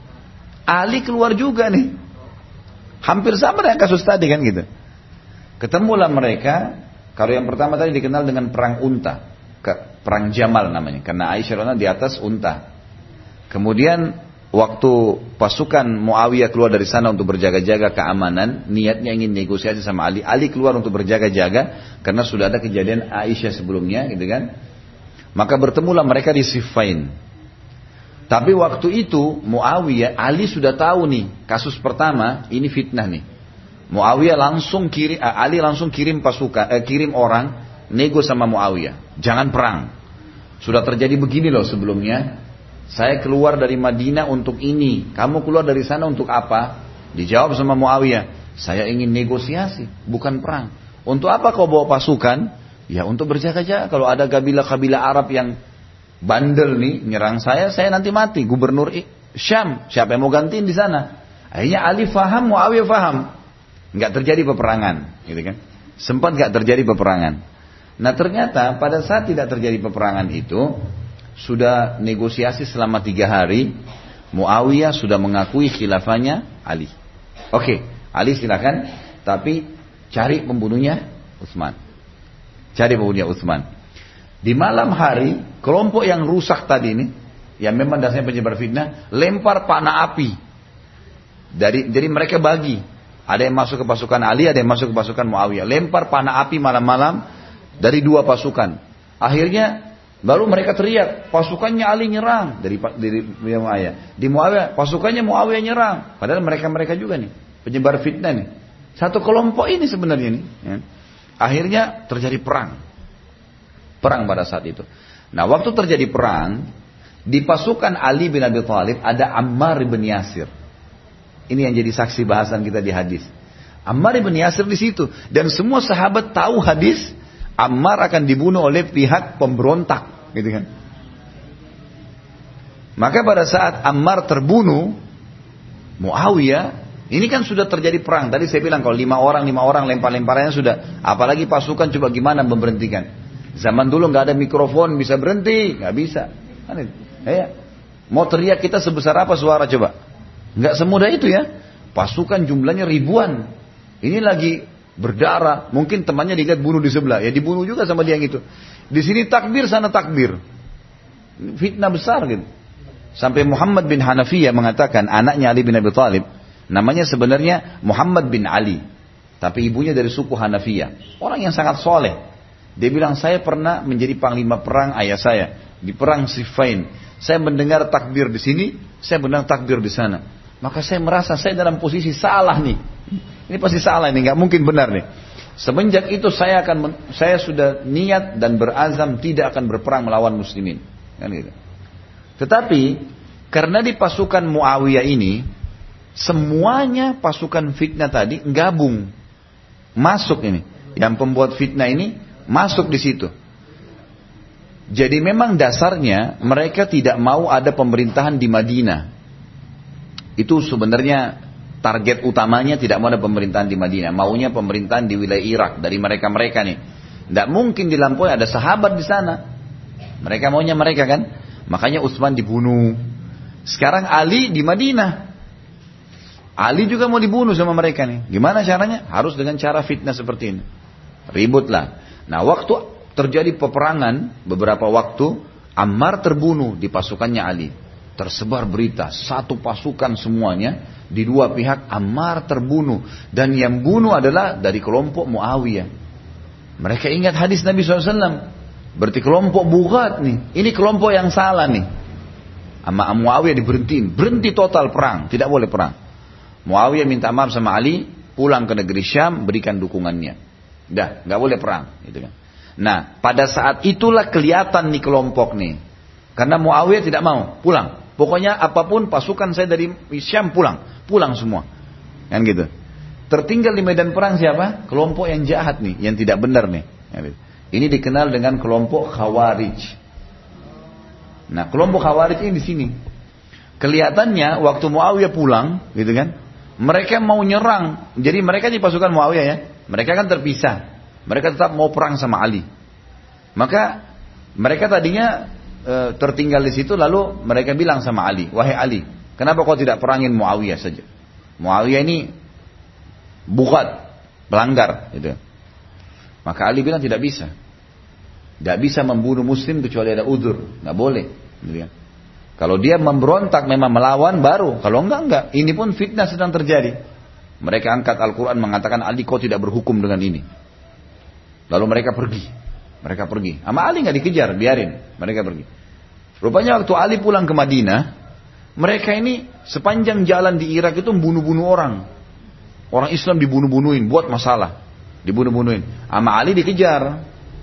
Ali keluar juga nih. Hampir sama dengan kasus tadi kan gitu. Ketemulah mereka. Kalau yang pertama tadi dikenal dengan perang unta, perang Jamal namanya, karena Aisyah di atas unta. Kemudian waktu pasukan Muawiyah keluar dari sana untuk berjaga-jaga keamanan, niatnya ingin negosiasi sama Ali. Ali keluar untuk berjaga-jaga karena sudah ada kejadian Aisyah sebelumnya, gitu kan. Maka bertemulah mereka di Siffin. Tapi waktu itu Muawiyah, Ali sudah tahu nih kasus pertama ini fitnah nih. Muawiyah langsung kirim, Ali langsung kirim pasukan, eh, kirim orang nego sama Muawiyah, jangan perang. Sudah terjadi begini loh sebelumnya. Saya keluar dari Madinah untuk ini, kamu keluar dari sana untuk apa? Dijawab sama Muawiyah, saya ingin negosiasi, bukan perang. Untuk apa kau bawa pasukan? Ya untuk berjaga-jaga. Kalau ada kabilah-kabilah Arab yang bandel nih nyerang saya, saya nanti mati. Gubernur Syam, siapa yang mau gantiin di sana? Akhirnya Ali faham, Muawiyah faham, nggak terjadi peperangan, gitu kan? Sempat nggak terjadi peperangan. Nah ternyata pada saat tidak terjadi peperangan itu, sudah negosiasi selama tiga hari, Muawiyah sudah mengakui khilafahnya Ali. Oke, Ali silakan, tapi cari pembunuhnya Utsman. Cari pembunuhnya Utsman. Di malam hari, kelompok yang rusak tadi ini, yang memang dasarnya penyebar fitnah, lempar panah api. Dari, jadi mereka bagi. Ada yang masuk ke pasukan Ali, ada yang masuk ke pasukan Muawiyah. Lempar panah api malam-malam dari dua pasukan. Akhirnya baru mereka teriak, pasukannya Ali nyerang dari dari Muawiyah. Di Muawiyah, pasukannya Muawiyah nyerang. Padahal mereka-mereka juga nih penyebar fitnah nih. Satu kelompok ini sebenarnya nih. Ya. Akhirnya terjadi perang. Perang pada saat itu. Nah, waktu terjadi perang, di pasukan Ali bin Abi Thalib ada Ammar bin Yasir. Ini yang jadi saksi bahasan kita di hadis. Ammar bin Yasir di situ, dan semua sahabat tahu hadis Ammar akan dibunuh oleh pihak pemberontak, gitu kan. Maka pada saat Ammar terbunuh, Muawiyah, ini kan sudah terjadi perang. Tadi saya bilang kalau lima orang, lima orang lempar-lemparannya sudah. Apalagi pasukan coba gimana memberhentikan. Zaman dulu nggak ada mikrofon bisa berhenti, nggak bisa. Ya. Mau teriak kita sebesar apa suara coba? Nggak semudah itu ya. Pasukan jumlahnya ribuan. Ini lagi berdarah. Mungkin temannya dilihat bunuh di sebelah, ya dibunuh juga sama dia yang itu. Di sini takbir, sana takbir. Fitnah besar gitu. Sampai Muhammad bin Hanafiyah mengatakan anaknya Ali bin Abi Thalib, namanya sebenarnya Muhammad bin Ali, tapi ibunya dari suku Hanafiyah. Orang yang sangat soleh. Dia bilang, saya pernah menjadi panglima perang ayah saya di perang Siffin. Saya mendengar takbir di sini, saya mendengar takbir di sana. Maka saya merasa saya dalam posisi salah nih. Ini pasti salah nih, nggak mungkin benar nih. Semenjak itu saya akan, saya sudah niat dan berazam tidak akan berperang melawan muslimin. Kan gitu. Tetapi karena di pasukan Muawiyah ini semuanya pasukan fitnah tadi gabung, masuk ini. Yang pembuat fitnah ini masuk di situ. Jadi memang dasarnya mereka tidak mau ada pemerintahan di Madinah. Itu sebenarnya target utamanya, tidak mau ada pemerintahan di Madinah. Maunya pemerintahan di wilayah Irak dari mereka-mereka nih. Tidak mungkin dilampaui, ada sahabat di sana. Mereka maunya mereka kan. Makanya Utsman dibunuh. Sekarang Ali di Madinah. Ali juga mau dibunuh sama mereka nih. Gimana caranya? Harus dengan cara fitnah seperti ini. Ributlah. Nah, waktu terjadi peperangan beberapa waktu, Ammar terbunuh di pasukannya Ali. tersebar berita, satu pasukan semuanya, di dua pihak, Ammar terbunuh. Dan yang bunuh adalah dari kelompok Muawiyah. Mereka ingat hadis Nabi shallallahu alaihi wasallam. Berarti kelompok Bughat nih, ini kelompok yang salah nih. Amma Muawiyah diberhentiin, berhenti total perang, tidak boleh perang. Muawiyah minta maaf sama Ali, pulang ke negeri Syam, berikan dukungannya. Dah, nggak boleh perang, gitu kan. Nah, pada saat itulah kelihatan nih kelompok nih. Karena Muawiyah tidak mau pulang. Pokoknya apapun pasukan saya dari Syam pulang, pulang semua, kan gitu. Tertinggal di medan perang siapa? Kelompok yang jahat nih, yang tidak benar nih. Ini dikenal dengan kelompok Khawarij. Nah, kelompok Khawarij ini di sini. Kelihatannya waktu Muawiyah pulang, gitu kan? Mereka mau nyerang. Jadi mereka di pasukan Muawiyah ya, mereka kan terpisah. Mereka tetap mau perang sama Ali. Maka mereka tadinya tertinggal di situ, lalu mereka bilang sama Ali, wahai Ali, kenapa kau tidak perangin Muawiyah saja? Muawiyah ini Bughat, pelanggar, gitu. Maka Ali bilang tidak bisa, tidak bisa membunuh Muslim kecuali ada udzur, nggak boleh. Gitu ya. Kalau dia memberontak memang melawan baru, kalau enggak enggak. Ini pun fitnah sedang terjadi. Mereka angkat Al-Quran mengatakan Ali kau tidak berhukum dengan ini. Lalu mereka pergi. Mereka pergi. Sama Ali nggak dikejar, biarin. Mereka pergi. Rupanya waktu Ali pulang ke Madinah, mereka ini sepanjang jalan di Irak itu bunuh-bunuh orang. Orang Islam dibunuh-bunuhin, buat masalah. Dibunuh-bunuhin. Sama Ali dikejar.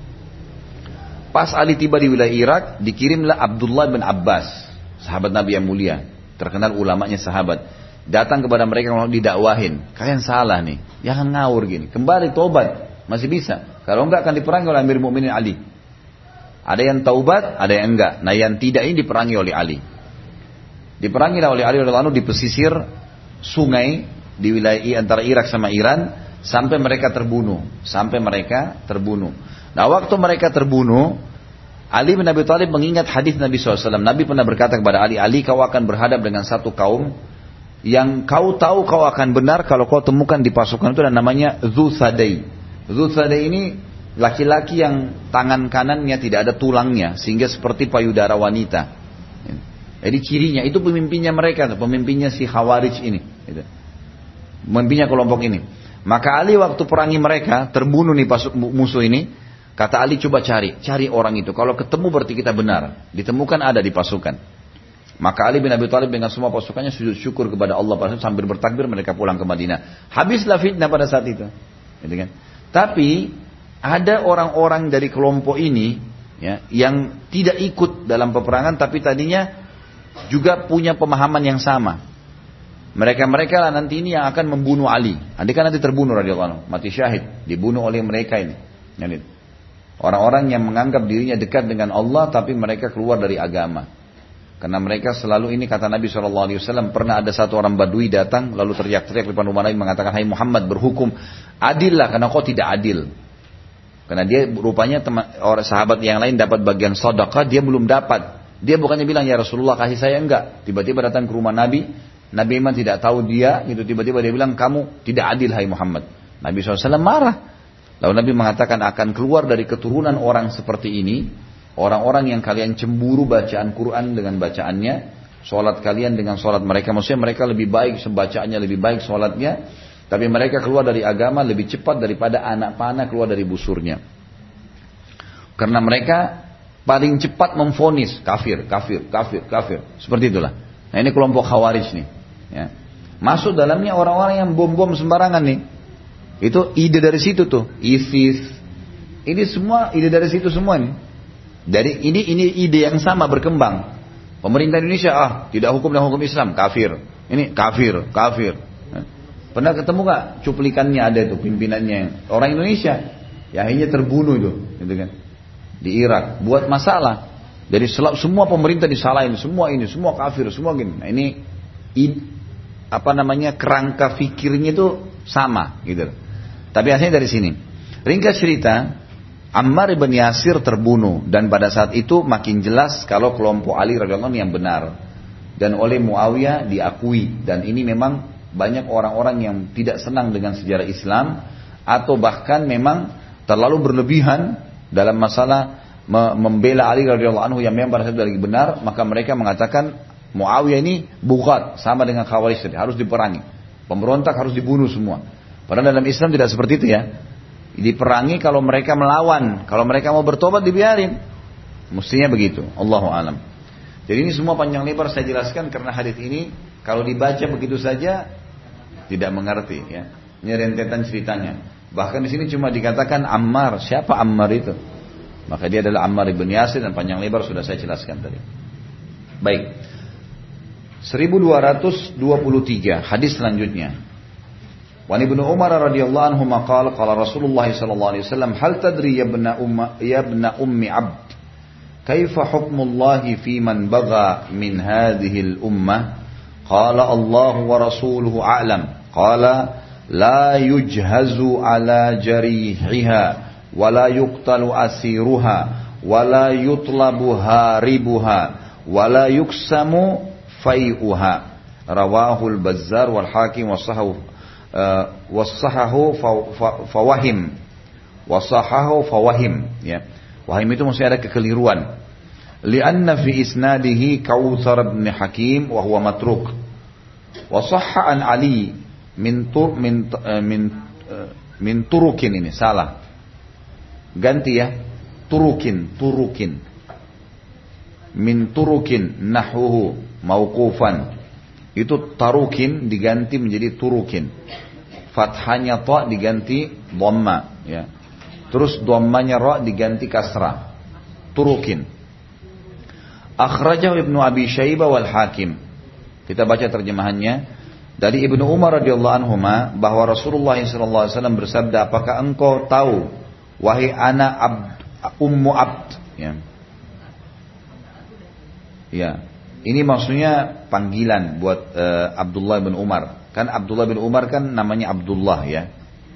Pas Ali tiba di wilayah Irak, dikirimlah Abdullah bin Abbas, sahabat Nabi yang mulia, terkenal ulamanya sahabat. Datang kepada mereka kalau didakwahin, kalian salah nih, jangan ngawur gini. Kembali tobat, masih bisa. Kalau enggak akan diperangi oleh Amir Mukminin Ali. Ada yang taubat, ada yang enggak. Nah yang tidak ini diperangi oleh Ali. Diperangi oleh Ali radhiyallahu anhu di pesisir sungai di wilayah antara Irak sama Iran sampai mereka terbunuh, sampai mereka terbunuh. Nah waktu mereka terbunuh, Ali bin Abi Thalib mengingat hadis Nabi shallallahu alaihi wasallam. Nabi pernah berkata kepada Ali, Ali kau akan berhadap dengan satu kaum yang kau tahu kau akan benar kalau kau temukan di pasukan itu, dan namanya Dzu Sadai. Dzu Sadai ini laki-laki yang tangan kanannya tidak ada tulangnya sehingga seperti payudara wanita. Jadi cirinya itu pemimpinnya mereka, pemimpinnya si Khawarij ini, pemimpinnya kelompok ini. Maka Ali waktu perangi mereka terbunuh nih musuh ini, kata Ali coba cari, cari orang itu. Kalau ketemu berarti kita benar. Ditemukan ada di pasukan. Maka Ali bin Abi Thalib dengan semua pasukannya sujud syukur kepada Allah sambil bertakbir mereka pulang ke Madinah. Habislah fitnah pada saat itu. Gitu kan? Tapi ada orang-orang dari kelompok ini ya, yang tidak ikut dalam peperangan tapi tadinya juga punya pemahaman yang sama. Mereka-mereka lah nanti ini yang akan membunuh Ali. Andai kan nanti terbunuh radhiyallahu anhu, mati syahid, dibunuh oleh mereka ini. Orang-orang yang menganggap dirinya dekat dengan Allah tapi mereka keluar dari agama. Karena mereka selalu ini kata Nabi shallallahu alaihi wasallam, pernah ada satu orang Badui datang lalu teriak-teriak di depan rumah Nabi mengatakan, hai Muhammad berhukum adillah karena kau tidak adil. Karena dia rupanya teman, orang sahabat yang lain dapat bagian sedekah, dia belum dapat. Dia bukannya bilang ya Rasulullah kasih saya, enggak. Tiba-tiba datang ke rumah Nabi, Nabi memang tidak tahu dia, gitu. Tiba-tiba dia bilang kamu tidak adil hai Muhammad. Nabi shallallahu alaihi wasallam marah. Lalu Nabi mengatakan akan keluar dari keturunan orang seperti ini orang-orang yang kalian cemburu bacaan Quran dengan bacaannya, sholat kalian dengan sholat mereka. Maksudnya mereka lebih baik, bacaannya lebih baik sholatnya, tapi mereka keluar dari agama lebih cepat daripada anak panah keluar dari busurnya. Karena mereka paling cepat memvonis kafir, kafir, kafir, kafir. Seperti itulah. Nah ini kelompok Khawarij nih. Ya. Masuk dalamnya orang-orang yang bom-bom sembarangan nih. Itu ide dari situ tuh, ISIS. Ini semua ide dari situ semua nih. Dari ini ini ide yang sama berkembang. Pemerintah Indonesia ah tidak hukum dan hukum Islam, kafir. Ini kafir, kafir. Pernah ketemu nggak cuplikannya ada itu pimpinannya orang Indonesia yang akhirnya terbunuh itu, gitu kan? Di Irak buat masalah. Jadi semua pemerintah disalahin, semua ini, semua kafir, semua gini. Nah ini id, apa namanya kerangka fikirnya itu sama, gitu. Tapi akhirnya dari sini. Ringkas cerita. Ammar ibn Yasir terbunuh dan pada saat itu makin jelas kalau kelompok Ali radhiyallahu anhu yang benar dan oleh Muawiyah diakui, dan ini memang banyak orang-orang yang tidak senang dengan sejarah Islam atau bahkan memang terlalu berlebihan dalam masalah membela Ali radhiyallahu anhu yang memang pada saat itu lagi benar, maka mereka mengatakan Muawiyah ini bughat, sama dengan Khawarij tadi, harus diperangi. Pemberontak harus dibunuh semua. Padahal dalam Islam tidak seperti itu ya. Diperangi kalau mereka melawan, kalau mereka mau bertobat dibiarin. Mestinya begitu. Allahu a'lam. Jadi ini semua panjang lebar saya jelaskan karena hadis ini kalau dibaca begitu saja tidak mengerti ya. Ini rentetan ceritanya. Bahkan di sini cuma dikatakan Ammar. Siapa Ammar itu? Maka dia adalah Ammar ibn Yasir dan panjang lebar sudah saya jelaskan tadi. Baik. seribu dua ratus dua puluh tiga hadis selanjutnya. Wa Ibnu Umar radhiyallahu anhu maqala qala Rasulullah sallallahu alaihi wasallam hal tadri ya ibna umma ya ibna ummi abd kaifa hukmullahi fi man bagha min hadhihi al-ummah qala Allah wa rasuluhu a'lam qala la yujhazu ala jarihiha wa la yuqtalu asiruha wa la yutlabu haribuha wa la yuksamu fai'uha rawahu al-Bazzar wal Hakim wa sahahu Uh, wasahahu fawahim wasahahu fawahim ya. Wahim itu maksudnya ada kekeliruan. Lianna fi isnadihi Kautsar bin Hakim wa huwa matruk. Wa sahha an Ali min tur min uh, min uh, min turukin ini salah. Ganti ya. Turukin, turukin. Min turukin nahwuhu mauqufan. Itu tarukin diganti menjadi turukin. Fathanya ta diganti dhamma ya. Terus dhammanya ra diganti kasrah. Turukin. Akhrajahu Ibnu Abi Syaibah wal Hakim. Kita baca terjemahannya dari Ibnu Umar radhiyallahu anhuma bahwa Rasulullah sallallahu alaihi wasallam bersabda, apakah engkau tahu wahai anak abd, ummu abd ya. Ya. Ini maksudnya panggilan buat uh, Abdullah bin Umar. Kan Abdullah bin Umar kan namanya Abdullah ya.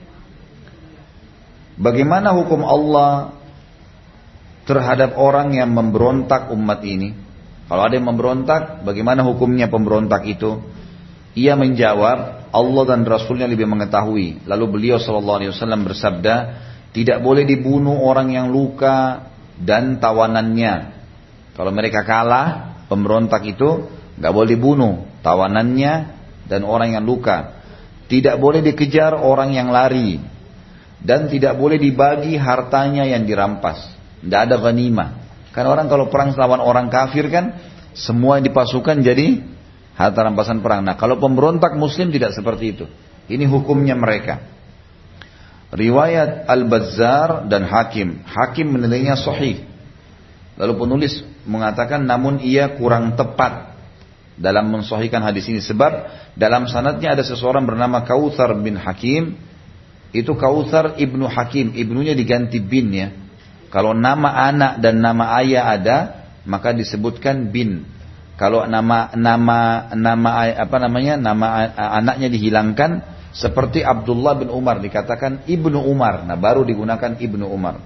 Bagaimana hukum Allah terhadap orang yang memberontak umat ini? Kalau ada yang memberontak, bagaimana hukumnya pemberontak itu? Ia menjawab, Allah dan Rasulnya lebih mengetahui. Lalu beliau sallallahu alaihi wasallam bersabda, tidak boleh dibunuh orang yang luka dan tawanannya. Kalau mereka kalah, pemberontak itu nggak boleh dibunuh, tawanannya dan orang yang luka. Tidak boleh dikejar orang yang lari dan tidak boleh dibagi hartanya yang dirampas. Tidak ada ghanimah. Karena orang kalau perang lawan orang kafir kan semua yang dipasukan jadi harta rampasan perang. Nah kalau pemberontak Muslim tidak seperti itu. Ini hukumnya mereka. Riwayat Al-Bazzar dan Hakim. Hakim menilainya sahih. Lalu penulis mengatakan namun ia kurang tepat dalam mensahihkan hadis ini sebab dalam sanadnya ada seseorang bernama Kautsar bin Hakim. Itu Kautsar ibnu Hakim, ibnunya diganti bin ya. Kalau nama anak dan nama ayah ada maka disebutkan bin. Kalau nama nama nama apa namanya nama anaknya dihilangkan seperti Abdullah bin Umar dikatakan ibnu Umar. Nah baru digunakan ibnu Umar.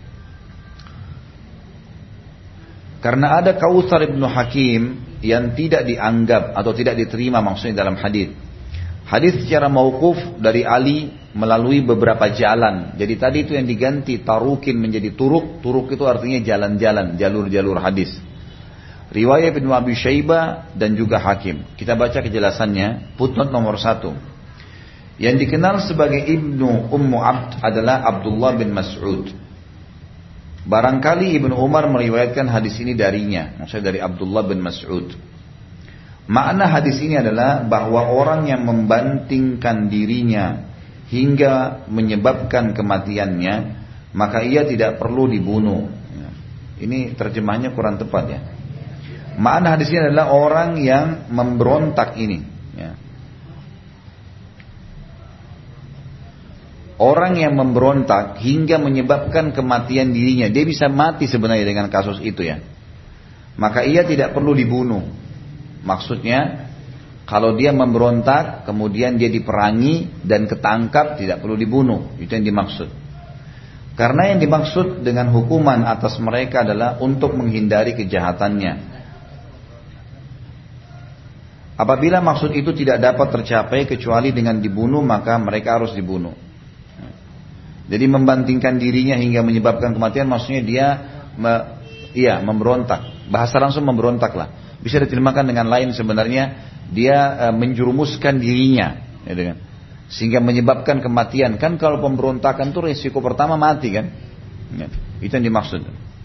Karena ada Kautsar ibnu Hakim yang tidak dianggap atau tidak diterima maksudnya dalam hadis. Hadis secara mauquf dari Ali melalui beberapa jalan. Jadi tadi itu yang diganti tarukin menjadi turuk. Turuk itu artinya jalan-jalan, jalur-jalur hadis. Riwayat Ibnu Abi Syaibah dan juga Hakim. Kita baca kejelasannya. Footnote nomor satu. Yang dikenal sebagai Ibnu Ummu Abd adalah Abdullah bin Mas'ud. Barangkali Ibnu Umar meriwayatkan hadis ini darinya, maksudnya dari Abdullah bin Mas'ud. Makna hadis ini adalah bahwa orang yang membantingkan dirinya hingga menyebabkan kematiannya, maka ia tidak perlu dibunuh. Ini terjemahnya kurang tepat ya. Makna hadis ini adalah orang yang memberontak ini. Ya. Orang yang memberontak hingga menyebabkan kematian dirinya, dia bisa mati sebenarnya dengan kasus itu ya. Maka ia tidak perlu dibunuh. Maksudnya, kalau dia memberontak, kemudian dia diperangi dan ketangkap, tidak perlu dibunuh. Itu yang dimaksud. Karena yang dimaksud dengan hukuman atas mereka adalah untuk menghindari kejahatannya. Apabila maksud itu tidak dapat tercapai kecuali dengan dibunuh, maka mereka harus dibunuh. Jadi membantingkan dirinya hingga menyebabkan kematian maksudnya dia me, iya memberontak. Bahasa langsung memberontak lah. Bisa diterjemahkan dengan lain sebenarnya dia uh, menjurumuskan dirinya, gitu kan? Sehingga menyebabkan kematian. Kan kalau pemberontakan itu risiko pertama mati kan? Ya, itu yang dimaksud.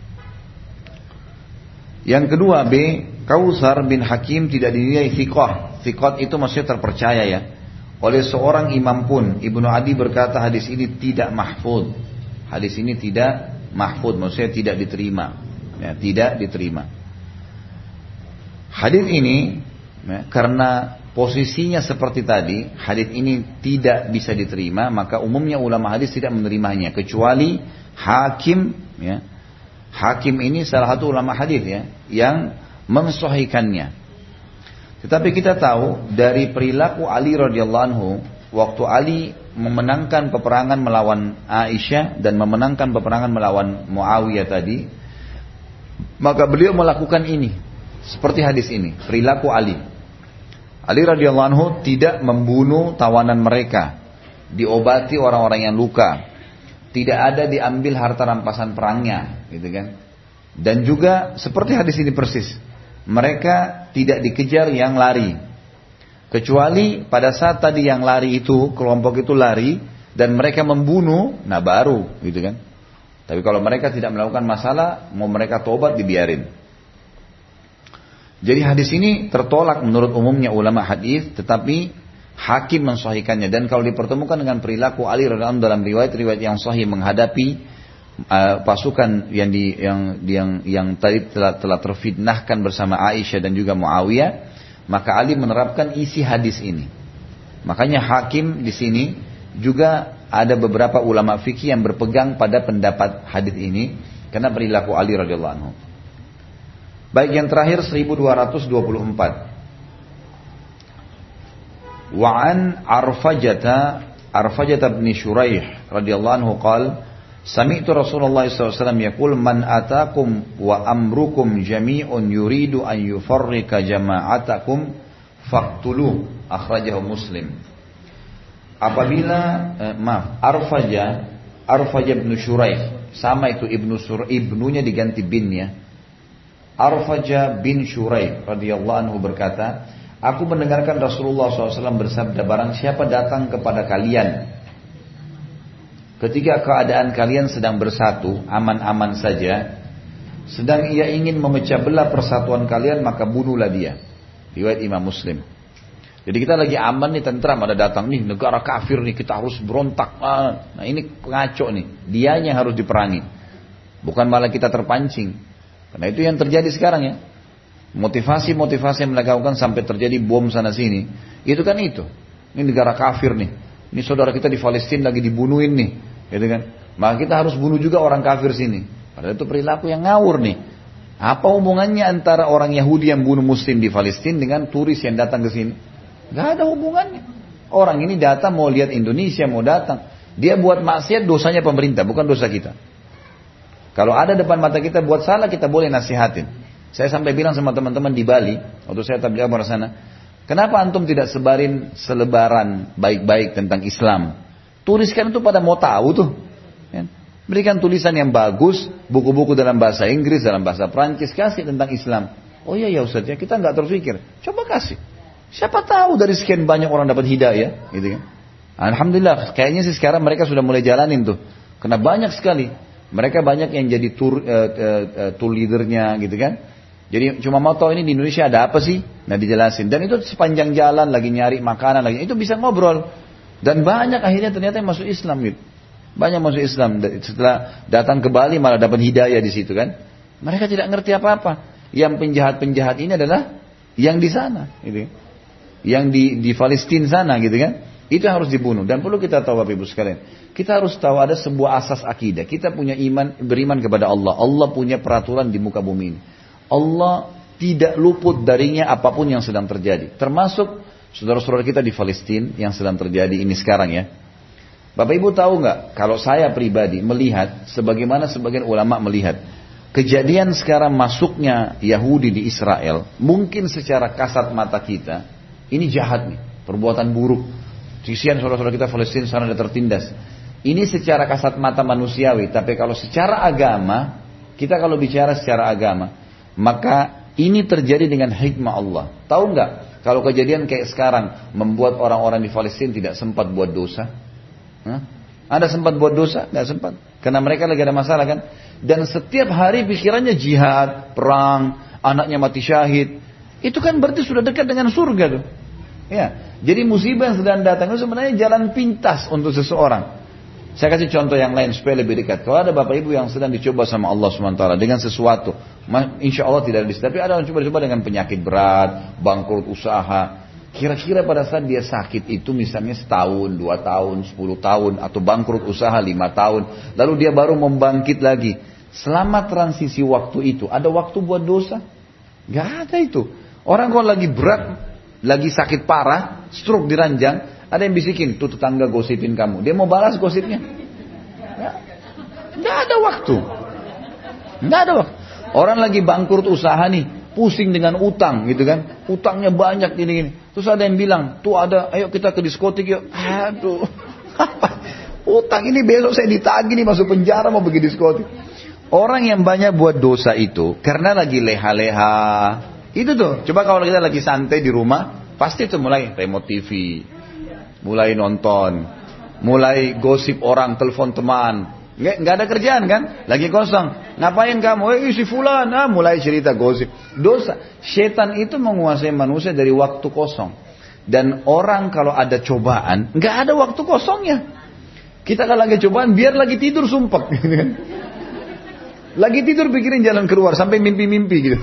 Yang kedua B, Kautsar bin Hakim tidak dinilai thiqah. Thiqat itu maksudnya terpercaya ya. Oleh seorang imam pun. Ibnu Adi berkata hadis ini tidak mahfud. Hadis ini tidak mahfud, maksudnya tidak diterima. Ya, tidak diterima. Hadis ini ya, karena posisinya seperti tadi, hadis ini tidak bisa diterima, maka umumnya ulama hadis tidak menerimanya kecuali Hakim ya. Hakim ini salah satu ulama hadis ya yang mensahihkannya. Tetapi kita tahu dari perilaku Ali radhiyallahu anhu waktu Ali memenangkan peperangan melawan Aisyah dan memenangkan peperangan melawan Muawiyah tadi, maka beliau melakukan ini seperti hadis ini, perilaku Ali. Ali radhiyallahu anhu tidak membunuh tawanan mereka, diobati orang-orang yang luka, tidak ada diambil harta rampasan perangnya, gitu kan? Dan juga seperti hadis ini persis, mereka tidak dikejar yang lari, kecuali pada saat tadi yang lari itu kelompok itu lari dan mereka membunuh, nah baru, gitu kan? Tapi kalau mereka tidak melakukan masalah, mau mereka tobat dibiarin. Jadi hadis ini tertolak menurut umumnya ulama hadis, tetapi Hakim mensahihkannya. Dan kalau dipertemukan dengan perilaku Ali radhiyallahu anhu dalam riwayat-riwayat yang sahih menghadapi uh, pasukan yang di yang yang yang tadi telah telah terfitnahkan bersama Aisyah dan juga Muawiyah, maka Ali menerapkan isi hadis ini. Makanya Hakim di sini juga ada beberapa ulama fikih yang berpegang pada pendapat hadis ini karena perilaku Ali radhiyallahu anhu. Baik, yang terakhir seribu dua ratus dua puluh empat. Wa'an Arfajata Arfajata bin Shuraih radhiyallahu anhu qala sami'tu Rasulullah sallallahu alaihi wasallam yaqul man atakum wa amrukum jami'un yuridu an yufarrika jama'atakum faqtuluh, akhrajahu Muslim. Apabila eh, maaf Arfaja Arfaja bin Shuraih, sama itu ibnu Sur ibnunya diganti bin ya. Arfaja bin Shuraih radhiyallahu anhu berkata, aku mendengarkan Rasulullah shallallahu alaihi wasallam bersabda, barang siapa datang kepada kalian ketika keadaan kalian sedang bersatu, aman-aman saja, sedang ia ingin memecah belah persatuan kalian, maka bunuhlah dia. Riwayat Imam Muslim. Jadi kita lagi aman nih, tentram, ada datang nih negara kafir nih, kita harus berontak. Nah ini ngaco nih, dianya harus diperangi, bukan malah kita terpancing. Karena itu yang terjadi sekarang ya. Motivasi-motivasi yang melakukan sampai terjadi bom sana sini, itu kan itu. Ini negara kafir nih. Ini saudara kita di Palestina lagi dibunuhin nih, gitu kan? Maka kita harus bunuh juga orang kafir sini. Padahal itu perilaku yang ngawur nih. Apa hubungannya antara orang Yahudi yang bunuh Muslim di Palestina dengan turis yang datang ke sini? Gak ada hubungannya. Orang ini datang mau lihat Indonesia, mau datang. Dia buat maksiat, dosanya pemerintah, bukan dosa kita. Kalau ada depan mata kita buat salah, kita boleh nasihatin. Saya sampai bilang sama teman-teman di Bali, waktu saya tabligh di sana, kenapa antum tidak sebarin selebaran baik-baik tentang Islam? Tuliskan itu pada mau tahu tuh. Ya. Berikan tulisan yang bagus, buku-buku dalam bahasa Inggris, dalam bahasa Prancis, kasih tentang Islam. Oh iya ya Ustaz, ya kita nggak terpikir. Coba kasih. Siapa tahu dari sekian banyak orang dapat hidayah, gitu kan? Alhamdulillah, kayaknya sih sekarang mereka sudah mulai jalanin tuh. Karena banyak sekali. Mereka banyak yang jadi tour, uh, uh, uh, tour leadernya gitu kan. Jadi cuma mau tahu ini di Indonesia ada apa sih? Nah dijelasin. Dan itu sepanjang jalan lagi nyari makanan lagi. Itu bisa ngobrol. Dan banyak akhirnya ternyata yang masuk Islam gitu. Banyak masuk Islam. Setelah datang ke Bali malah dapat hidayah di situ kan. Mereka tidak ngerti apa-apa. Yang penjahat-penjahat ini adalah yang di sana gitu. Yang di, di Palestina sana gitu kan. Itu yang harus dibunuh. Dan perlu kita tahu Bapak Ibu sekalian. Kita harus tahu ada sebuah asas akidah. Kita punya iman, beriman kepada Allah. Allah punya peraturan di muka bumi ini. Allah tidak luput darinya apapun yang sedang terjadi. Termasuk saudara-saudara kita di Palestina yang sedang terjadi ini sekarang ya. Bapak Ibu tahu nggak? Kalau saya pribadi melihat, sebagaimana sebagian ulama melihat, kejadian sekarang masuknya Yahudi di Israel, mungkin secara kasat mata kita, ini jahat nih, perbuatan buruk. Sisian saudara-saudara kita Palestina sana ada tertindas. Ini secara kasat mata manusiawi, tapi kalau secara agama, kita kalau bicara secara agama, maka Ini terjadi dengan hikmah Allah. Tahu nggak? Kalau kejadian kayak sekarang membuat orang-orang di Palestina tidak sempat buat dosa. Hah? Ada sempat buat dosa? Nggak sempat. Karena mereka lagi ada masalah kan. Dan setiap hari pikirannya jihad, perang, anaknya mati syahid. Itu kan berarti sudah dekat dengan surga tuh. Ya. Jadi musibah yang sedang datang itu sebenarnya jalan pintas untuk seseorang. Saya kasih contoh yang lain supaya lebih dekat. Kalau ada bapak ibu yang sedang dicoba sama Allah subhanahu wa taala dengan sesuatu, insya Allah tidak ada di tapi ada yang coba-coba dengan penyakit berat, bangkrut usaha. Kira-kira pada saat dia sakit itu misalnya setahun, dua tahun, sepuluh tahun, atau bangkrut usaha lima tahun, lalu dia baru membangkit lagi. Selama transisi waktu itu, ada waktu buat dosa? Gak ada itu. Orang kalau lagi berat, lagi sakit parah, stroke diranjang, ada yang bisikin, tuh tetangga gosipin kamu. Dia mau balas gosipnya? Nggak ada waktu. Nggak ada waktu. Orang lagi bangkrut usaha nih, pusing dengan utang gitu kan. Utangnya banyak gini-gini. Terus ada yang bilang, tuh ada, ayo kita ke diskotik yuk. Aduh, apa? Utang ini besok saya ditagih nih masuk penjara mau pergi diskotik. Orang yang banyak buat dosa itu, karena lagi leha-leha. Itu tuh, coba kalau kita lagi santai di rumah, pasti tuh mulai remote T V. Mulai nonton, mulai gosip orang, telepon teman, nggak, nggak ada kerjaan kan? Lagi kosong, ngapain kamu? Eh si fulan, ah, mulai cerita gosip. Dosa, setan itu menguasai manusia dari waktu kosong. Dan orang kalau ada cobaan, nggak ada waktu kosongnya. Kita kalau lagi cobaan, biar lagi tidur sumpah, gitu kan? Lagi tidur pikirin jalan keluar sampai mimpi-mimpi gitu.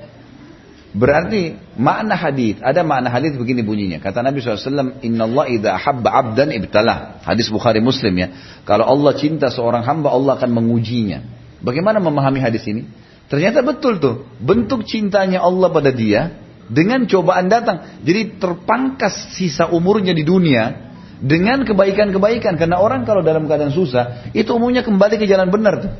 Berarti makna hadis, ada makna hadis begini bunyinya. Kata Nabi shallallahu alaihi wasallam, Inna Allah idha ahabba abdan ibtalah. Hadis Bukhari Muslim ya. Kalau Allah cinta seorang hamba, Allah akan mengujinya. Bagaimana memahami hadis ini? Ternyata betul tuh. Bentuk cintanya Allah pada dia dengan cobaan datang. Jadi terpangkas sisa umurnya di dunia dengan kebaikan-kebaikan. Karena orang kalau dalam keadaan susah, itu umumnya kembali ke jalan benar tuh.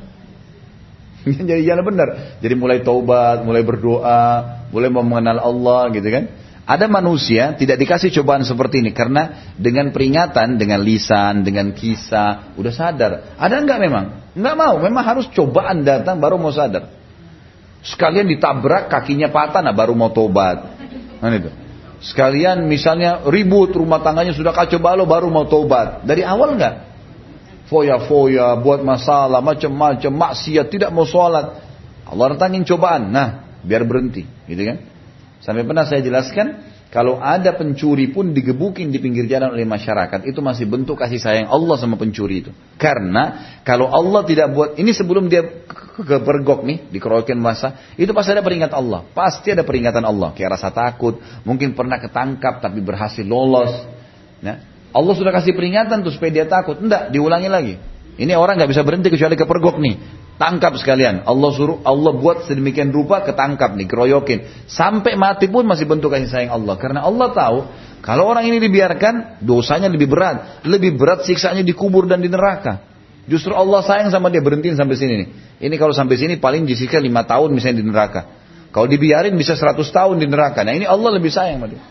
Jadi jalan benar. Jadi mulai taubat, mulai berdoa, mulai mengenal Allah gitu kan. Ada manusia tidak dikasih cobaan seperti ini karena dengan peringatan, dengan lisan, dengan kisah, udah sadar. Ada enggak memang? Enggak mau, memang harus cobaan datang baru mau sadar. Sekalian ditabrak kakinya patah, nah baru mau taubat. Nah itu. Sekalian misalnya ribut rumah tangganya sudah kacau balau baru mau taubat. Dari awal enggak? Foya-foya, buat masalah, macam-macam, maksiat, tidak mau sholat. Allah datangin cobaan, nah biar berhenti, gitu kan? Sampai pernah saya jelaskan, kalau ada pencuri pun digebukin di pinggir jalan oleh masyarakat, itu masih bentuk kasih sayang Allah sama pencuri itu. Karena kalau Allah tidak buat, ini sebelum dia kepergok nih, dikeroyokin masa, itu pasti ada peringatan Allah, pasti ada peringatan Allah, kayak rasa takut, mungkin pernah ketangkap tapi berhasil lolos, nah. Allah sudah kasih peringatan tuh supaya dia takut. Enggak, diulangi lagi. Ini orang nggak bisa berhenti kecuali kepergok nih. Tangkap sekalian. Allah suruh, Allah buat sedemikian rupa ketangkap nih, keroyokin. Sampai mati pun masih bentuk kasih sayang Allah. Karena Allah tahu kalau orang ini dibiarkan, dosanya lebih berat, lebih berat siksanya di kubur dan di neraka. Justru Allah sayang sama dia, berhentiin sampai sini nih. Ini kalau sampai sini paling disiksa lima tahun misalnya di neraka. Kalau dibiarin bisa seratus tahun di neraka. Nah ini Allah lebih sayang sama dia.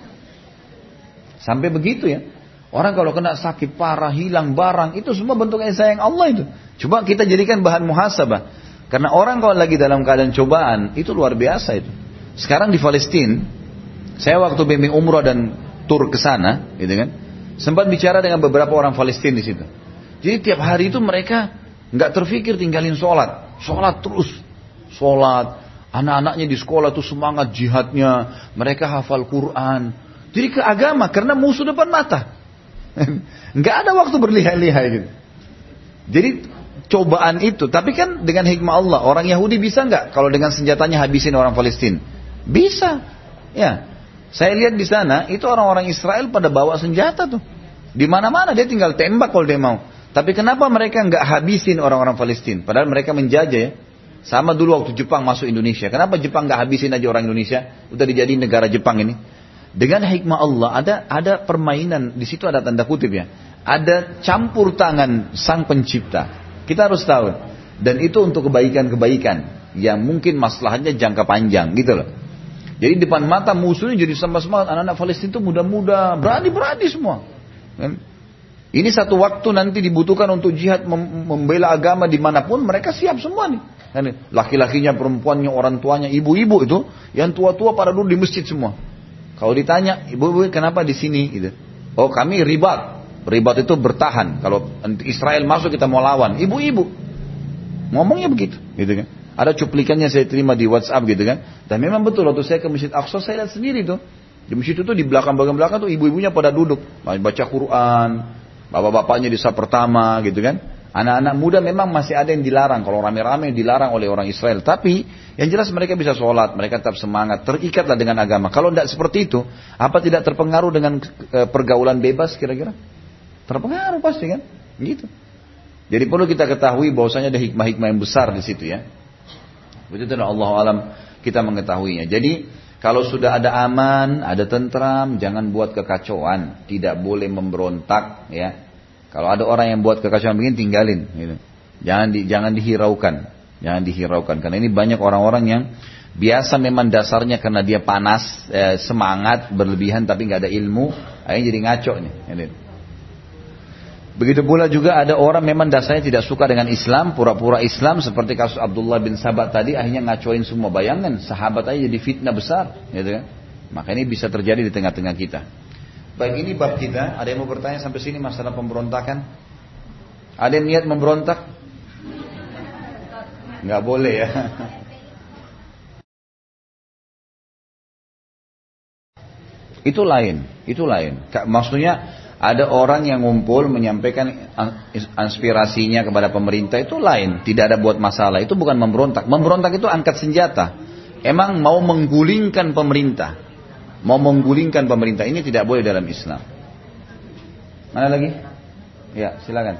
Sampai begitu ya. Orang kalau kena sakit parah, hilang barang, itu semua bentuk kasih sayang Allah itu. Coba kita jadikan bahan muhasabah. Karena orang kalau lagi dalam keadaan cobaan, itu luar biasa itu. Sekarang di Palestina, saya waktu bimbing umrah dan tur ke sana, gitu kan, sempat bicara dengan beberapa orang Palestina di situ. Jadi tiap hari itu mereka nggak terfikir tinggalin sholat, sholat terus, sholat. Anak-anaknya di sekolah tuh semangat jihadnya, mereka hafal Quran. Jadi ke agama karena musuh depan mata. Nggak ada waktu berlihai-lihai gitu. Jadi cobaan itu, tapi kan dengan hikmah Allah, orang Yahudi bisa nggak kalau dengan senjatanya habisin orang Palestina? Bisa, ya. Saya lihat di sana itu orang-orang Israel pada bawa senjata tuh, di mana-mana dia tinggal tembak kalau dia mau. Tapi kenapa mereka nggak habisin orang-orang Palestina? Padahal mereka menjajah ya. Sama dulu waktu Jepang masuk Indonesia. Kenapa Jepang nggak habisin aja orang Indonesia? Udah dijadiin negara Jepang ini. Dengan hikmah Allah ada ada permainan di situ, ada tanda kutip ya, ada campur tangan sang pencipta. Kita harus tahu, dan itu untuk kebaikan-kebaikan yang mungkin masalahnya jangka panjang gitu loh. Jadi depan mata musuhnya jadi sama semangat, anak-anak Palestina itu muda-muda, berani-berani semua. Ini satu waktu nanti dibutuhkan untuk jihad membela agama dimanapun, mereka siap semua nih. Kan, laki-lakinya, perempuannya, orang tuanya, ibu-ibu itu, yang tua-tua pada duduk di masjid semua. Kalau ditanya, ibu-ibu kenapa di sini? Gitu. Oh kami ribat, ribat itu bertahan. Kalau Israel masuk kita mau lawan, ibu-ibu. Ngomongnya begitu, gitu kan. Ada cuplikannya saya terima di WhatsApp gitu kan. Dan memang betul waktu saya ke Masjid Aqsa saya lihat sendiri tuh. Di masjid itu di belakang-belakang belakang tuh ibu-ibunya pada duduk, baca Quran, bapak-bapaknya di saf pertama gitu kan. Anak-anak muda memang masih ada yang dilarang. Kalau rame-rame dilarang oleh orang Israel. Tapi yang jelas mereka bisa sholat, mereka tetap semangat, terikatlah dengan agama. Kalau tidak seperti itu, apa tidak terpengaruh dengan e, pergaulan bebas kira-kira? Terpengaruh pasti kan? Gitu. Jadi perlu kita ketahui bahwasanya ada hikmah-hikmah yang besar di situ ya. Begitu dan Allah alam kita mengetahuinya. Jadi kalau sudah ada aman, ada tentram, jangan buat kekacauan. Tidak boleh memberontak ya. Kalau ada orang yang buat kekacauan begini tinggalin, gitu. Jangan di, jangan dihiraukan, jangan dihiraukan. Karena ini banyak orang-orang yang biasa memang dasarnya karena dia panas, eh, semangat, berlebihan tapi nggak ada ilmu, akhirnya jadi ngaco nih. Gitu. Begitu pula juga ada orang memang dasarnya tidak suka dengan Islam, pura-pura Islam seperti kasus Abdullah bin Sabat tadi, akhirnya ngacoin semua. Bayangkan sahabat aja jadi fitnah besar, gitu kan? Maka ini bisa terjadi di tengah-tengah kita. Baik, ini bab kita. Ada yang mau bertanya sampai sini masalah pemberontakan? Ada yang niat memberontak? Nggak boleh ya. Itu lain, itu lain. Maksudnya ada orang yang ngumpul menyampaikan aspirasinya kepada pemerintah, itu lain. Tidak ada buat masalah. Itu bukan memberontak. Memberontak itu angkat senjata. Emang mau menggulingkan pemerintah. Mau menggulingkan pemerintah, ini tidak boleh dalam Islam. Mana lagi? Ya, silakan.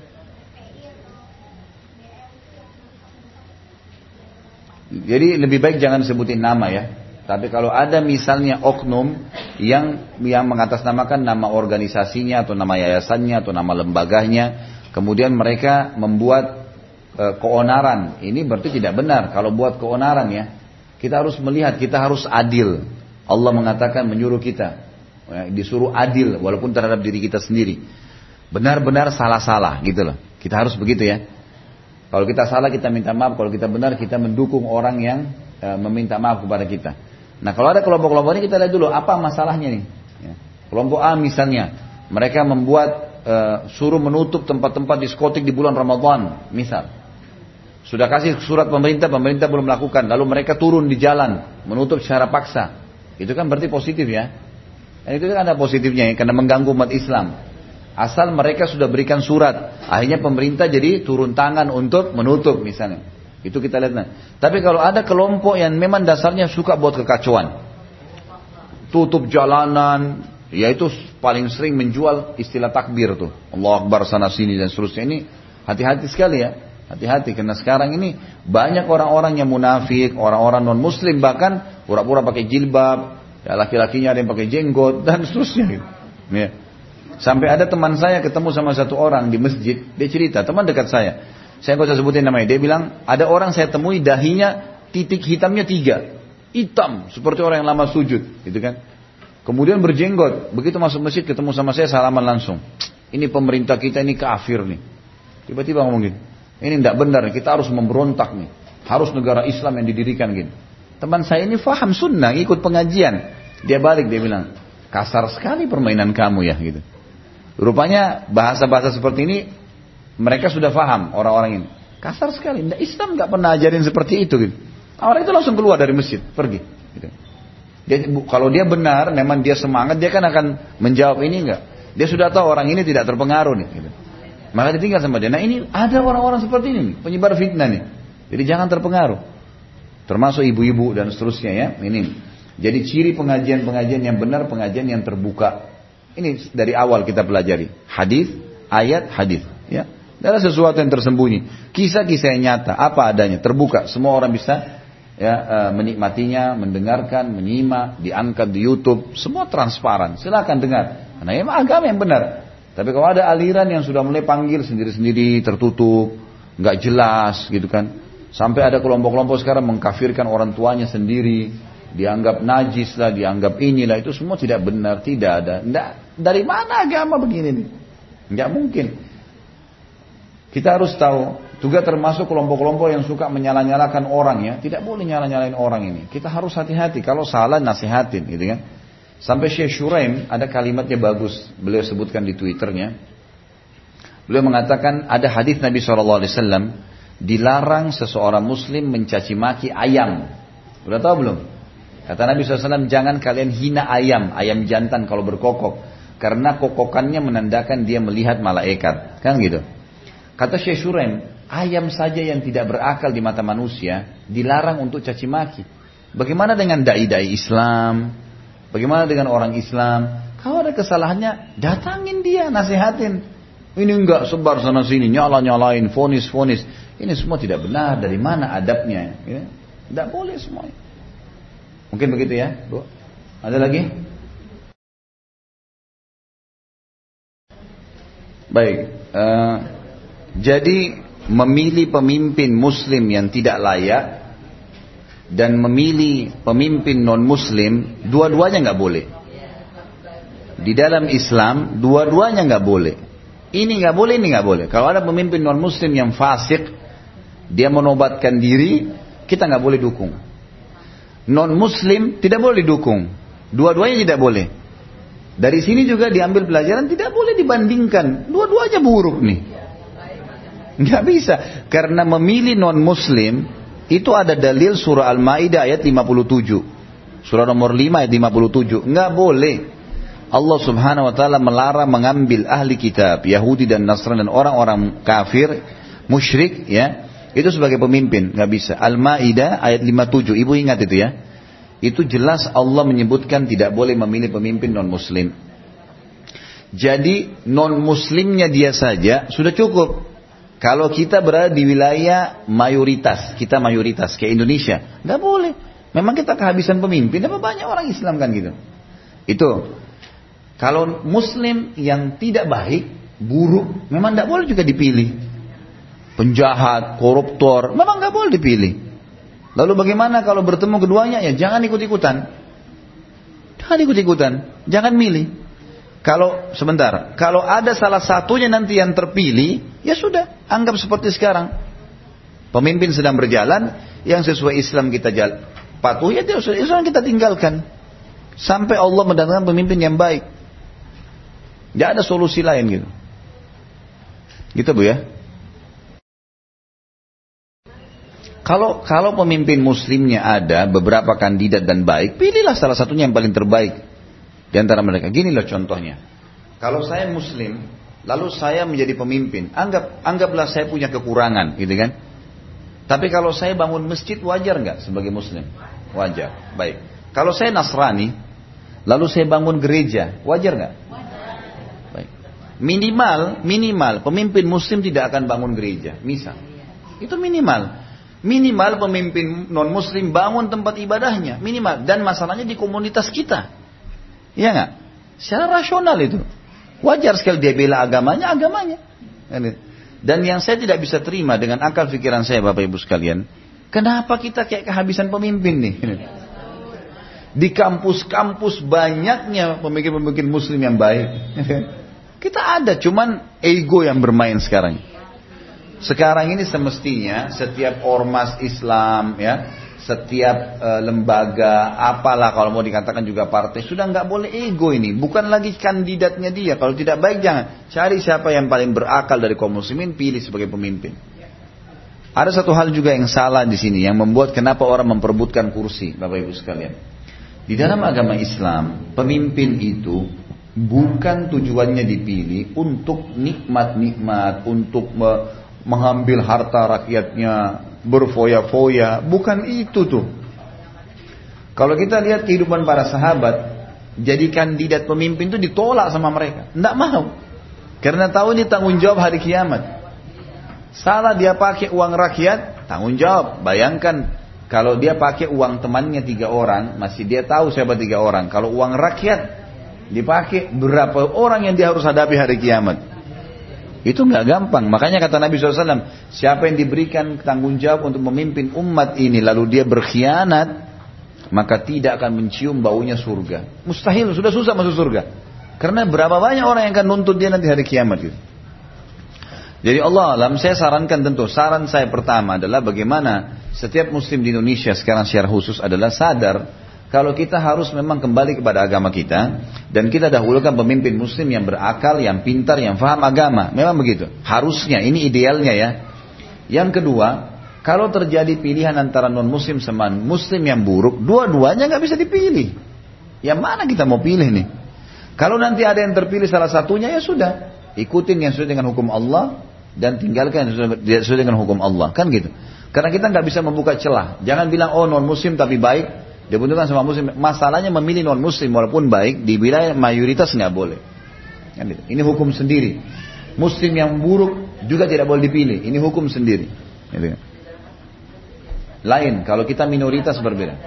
Jadi lebih baik jangan sebutin nama ya. Tapi kalau ada misalnya oknum yang yang mengatasnamakan nama organisasinya atau nama yayasannya atau nama lembaganya, kemudian mereka membuat e, keonaran, ini berarti tidak benar. Kalau buat keonaran ya, kita harus melihat, kita harus adil. Allah mengatakan menyuruh kita ya, disuruh adil walaupun terhadap diri kita sendiri. Benar-benar salah-salah gitu loh. Kita harus begitu ya. Kalau kita salah kita minta maaf, kalau kita benar kita mendukung orang yang e, meminta maaf kepada kita. Nah kalau ada kelompok-kelompok ini kita lihat dulu apa masalahnya nih. Ya. Kelompok A misalnya, mereka membuat e, suruh menutup tempat-tempat diskotik di bulan Ramadan, misal. Sudah kasih surat pemerintah, pemerintah belum melakukan, lalu mereka turun di jalan menutup secara paksa. Itu kan berarti positif ya. Dan itu kan ada positifnya ya, karena mengganggu umat Islam. Asal mereka sudah berikan surat, akhirnya pemerintah jadi turun tangan untuk menutup misalnya. Itu kita lihat. Nah. Tapi kalau ada kelompok yang memang dasarnya suka buat kekacauan, tutup jalanan, yaitu paling sering menjual istilah takbir tuh, Allah Akbar sana sini dan seterusnya. Ini hati-hati sekali ya. Hati-hati karena sekarang ini banyak orang-orang yang munafik, orang-orang non muslim bahkan pura-pura pakai jilbab, ya laki-lakinya ada yang pakai jenggot dan seterusnya gitu. Ya. Sampai ada teman saya ketemu sama satu orang di masjid, dia cerita, teman dekat saya. Saya nggak usah sebutin namanya, dia bilang ada orang saya temui dahinya titik hitamnya tiga, hitam seperti orang yang lama sujud, gitu kan. Kemudian berjenggot, begitu masuk masjid ketemu sama saya salaman langsung. Ini pemerintah kita ini kafir nih. Tiba-tiba ngomong gini. Ini tidak benar, kita harus memberontak nih. Harus negara Islam yang didirikan gini. Teman saya ini faham sunnah, ikut pengajian. Dia balik, dia bilang, kasar sekali permainan kamu ya gitu. Rupanya bahasa-bahasa seperti ini, mereka sudah faham orang-orang ini. Kasar sekali, nah, Islam gak pernah ajarin seperti itu gitu. Orang itu langsung keluar dari masjid, pergi. Gitu. Dia, kalau dia benar, memang dia semangat, dia kan akan menjawab ini enggak. Dia sudah tahu orang ini tidak terpengaruh nih gitu. Maka ditinggal sama dia. Nah ini ada orang-orang seperti ini, penyebar fitnah nih. Jadi jangan terpengaruh. Termasuk ibu-ibu dan seterusnya ya. Ini. Jadi ciri pengajian-pengajian yang benar, pengajian yang terbuka. Ini dari awal kita pelajari. Hadis, ayat, hadis. Ya. Tidak ada sesuatu yang tersembunyi. Kisah-kisah yang nyata, apa adanya, terbuka. Semua orang bisa ya menikmatinya, mendengarkan, menyimak, diangkat di YouTube. Semua transparan. Silakan dengar. Karena memang agama yang benar. Tapi kalau ada aliran yang sudah mulai panggil sendiri-sendiri, tertutup, nggak jelas gitu kan. Sampai ada kelompok-kelompok sekarang mengkafirkan orang tuanya sendiri, dianggap najis lah, dianggap inilah, itu semua tidak benar, tidak ada. Nggak, dari mana agama begini nih? Nggak mungkin. Kita harus tahu, juga termasuk kelompok-kelompok yang suka menyalah-nyalakan orang ya. Tidak boleh nyalah-nyalain orang ini. Kita harus hati-hati, kalau salah nasihatin gitu kan. Sampai Syekh Shuraim ada kalimatnya bagus, beliau sebutkan di Twitternya. Beliau mengatakan ada hadis Nabi shallallahu alaihi wasallam, dilarang seseorang muslim mencaci maki ayam. Udah tahu belum? Kata Nabi shallallahu alaihi wasallam, jangan kalian hina ayam, ayam jantan kalau berkokok. Karena kokokannya menandakan dia melihat malaikat. Kan gitu. Kata Syekh Shuraim, ayam saja yang tidak berakal di mata manusia dilarang untuk caci maki. Bagaimana dengan dai-dai Islam? Bagaimana dengan orang Islam? Kalau ada kesalahannya, datangin dia, nasihatin. Ini enggak sebar sana sini, nyala-nyalain, fonis-fonis. Ini semua tidak benar. Dari mana adabnya? Ya? Tidak boleh semuanya. Mungkin begitu ya, Bu? Ada lagi? Baik. Uh, jadi memilih pemimpin Muslim yang tidak layak dan memilih pemimpin non-Muslim, dua-duanya nggak boleh. Di dalam Islam, dua-duanya nggak boleh. Ini nggak boleh, ini nggak boleh. Kalau ada pemimpin non-Muslim yang fasik, dia menobatkan diri, kita nggak boleh dukung. Non-Muslim tidak boleh didukung. Dua-duanya tidak boleh. Dari sini juga diambil pelajaran, tidak boleh dibandingkan. Dua-duanya buruk nih. Nggak bisa. Karena memilih non-Muslim, itu ada dalil surah Al-Ma'idah ayat lima puluh tujuh. Surah nomor lima ayat lima puluh tujuh. Nggak boleh. Allah subhanahu wa ta'ala melarang mengambil ahli kitab, Yahudi dan Nasrani dan orang-orang kafir, musyrik ya. Itu sebagai pemimpin. Nggak bisa. Al-Ma'idah ayat lima puluh tujuh. Ibu ingat itu ya. Itu jelas Allah menyebutkan tidak boleh memilih pemimpin non-Muslim. Jadi non-Muslimnya dia saja sudah cukup. Kalau kita berada di wilayah mayoritas, kita mayoritas kayak Indonesia, nggak boleh. Memang kita kehabisan pemimpin, tapi banyak orang Islam kan gitu. Itu. Kalau Muslim yang tidak baik, buruk, memang nggak boleh juga dipilih. Penjahat, koruptor, memang nggak boleh dipilih. Lalu bagaimana kalau bertemu keduanya? Ya jangan ikut-ikutan. Jangan ikut-ikutan, jangan milih. Kalau sebentar, kalau ada salah satunya nanti yang terpilih, ya sudah, anggap seperti sekarang. Pemimpin sedang berjalan, yang sesuai Islam kita jalan, patuh ya dia sesuai Islam kita tinggalkan. Sampai Allah mendatangkan pemimpin yang baik. Tidak ada solusi lain gitu. Gitu Bu ya. Kalau kalau pemimpin muslimnya ada beberapa kandidat dan baik, pilihlah salah satunya yang paling terbaik di antara mereka. Gini loh contohnya. Kalau saya muslim, lalu saya menjadi pemimpin, anggap anggaplah saya punya kekurangan, gitu kan? Tapi kalau saya bangun masjid, wajar nggak sebagai muslim? Wajar. Baik. Kalau saya Nasrani, lalu saya bangun gereja, wajar nggak? Baik. Minimal, minimal pemimpin muslim tidak akan bangun gereja, misal. Itu minimal. Minimal pemimpin non-muslim bangun tempat ibadahnya, minimal. Dan masalahnya di komunitas kita. Iya nggak? Secara rasional itu. Wajar sekali dia bela agamanya, agamanya. Dan yang saya tidak bisa terima dengan akal pikiran saya Bapak Ibu sekalian, kenapa kita kayak kehabisan pemimpin nih? Di kampus-kampus banyaknya pemimpin-pemimpin muslim yang baik. Kita ada, cuman ego yang bermain sekarang. Sekarang ini semestinya setiap ormas Islam ya, setiap uh, lembaga, apalah kalau mau dikatakan juga partai, sudah nggak boleh ego ini. Bukan lagi kandidatnya dia. Kalau tidak baik jangan. Cari siapa yang paling berakal dari kaum muslimin, pilih sebagai pemimpin. Ada satu hal juga yang salah di sini, yang membuat kenapa orang memperebutkan kursi, Bapak Ibu sekalian. Di dalam agama Islam, pemimpin itu bukan tujuannya dipilih untuk nikmat-nikmat, untuk me- mengambil harta rakyatnya, berfoya-foya. Bukan itu tuh. Kalau kita lihat kehidupan para sahabat, jadi kandidat pemimpin itu ditolak sama mereka. Tidak mau. Karena tahu ini tanggung jawab hari kiamat. Salah dia pakai uang rakyat, tanggung jawab. Bayangkan kalau dia pakai uang temannya tiga orang, masih dia tahu siapa tiga orang. Kalau uang rakyat dipakai, berapa orang yang dia harus hadapi hari kiamat. Itu nggak gampang. Makanya kata Nabi shallallahu alaihi wasallam, siapa yang diberikan tanggung jawab untuk memimpin umat ini, lalu dia berkhianat, maka tidak akan mencium baunya surga. Mustahil, sudah susah masuk surga. Karena berapa banyak orang yang akan nuntut dia nanti hari kiamat gitu. Jadi Allah alam, saya sarankan tentu, saran saya pertama adalah bagaimana setiap muslim di Indonesia sekarang secara khusus adalah sadar kalau kita harus memang kembali kepada agama kita dan kita dahulukan pemimpin muslim yang berakal, yang pintar, yang faham agama. Memang begitu. Harusnya, ini idealnya ya. Yang kedua, kalau terjadi pilihan antara non muslim sama muslim yang buruk, dua-duanya nggak bisa dipilih. Yang mana kita mau pilih nih? Kalau nanti ada yang terpilih salah satunya ya sudah. Ikutin yang sesuai dengan hukum Allah dan tinggalkan yang sesuai dengan hukum Allah, kan gitu. Karena kita nggak bisa membuka celah. Jangan bilang oh non muslim tapi baik, dibutuhkan sama muslim. Masalahnya memilih non muslim walaupun baik di wilayah mayoritas nggak boleh. Kan gitu. Ini hukum sendiri. Muslim yang buruk juga tidak boleh dipilih. Ini hukum sendiri. Gitu. Lain kalau kita minoritas berbeda.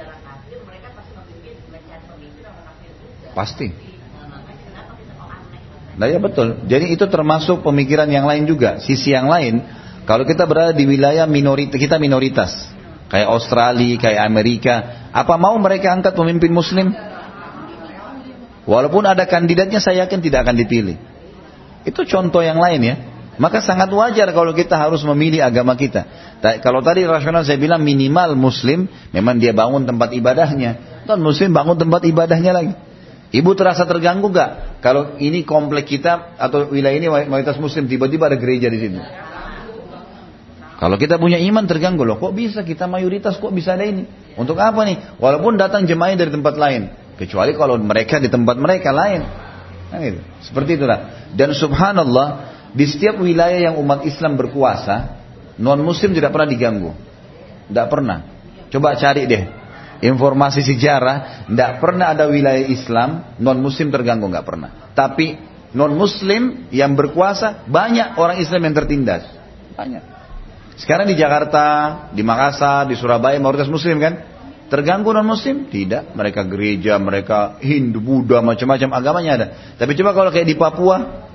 Pasti. Nah ya betul. Jadi itu termasuk pemikiran yang lain juga. Sisi yang lain, kalau kita berada di wilayah minoritas, kita minoritas, kayak Australia, kayak Amerika, apa mau mereka angkat pemimpin Muslim? Walaupun ada kandidatnya, saya yakin tidak akan dipilih. Itu contoh yang lain ya. Maka sangat wajar kalau kita harus memilih agama kita. Kalau tadi rasional saya bilang minimal Muslim, memang dia bangun tempat ibadahnya. Non Muslim bangun tempat ibadahnya lagi. Ibu terasa terganggu gak? Kalau ini komplek kita atau wilayah ini mayoritas muslim, tiba-tiba ada gereja di sini. Kalau kita punya iman terganggu loh. Kok bisa kita mayoritas kok bisa ada ini? Untuk apa nih? Walaupun datang jemaah dari tempat lain. Kecuali kalau mereka di tempat mereka lain. Nah, gitu. Seperti itulah. Dan subhanallah, di setiap wilayah yang umat Islam berkuasa, non muslim tidak pernah diganggu. Tidak pernah. Coba cari deh. Informasi sejarah, tidak pernah ada wilayah Islam non Muslim terganggu, nggak pernah. Tapi non Muslim yang berkuasa banyak orang Islam yang tertindas, banyak. Sekarang di Jakarta, di Makassar, di Surabaya mayoritas Muslim kan, terganggu non Muslim? Tidak. Mereka gereja, mereka Hindu, Buddha, macam-macam agamanya ada. Tapi coba kalau kayak di Papua,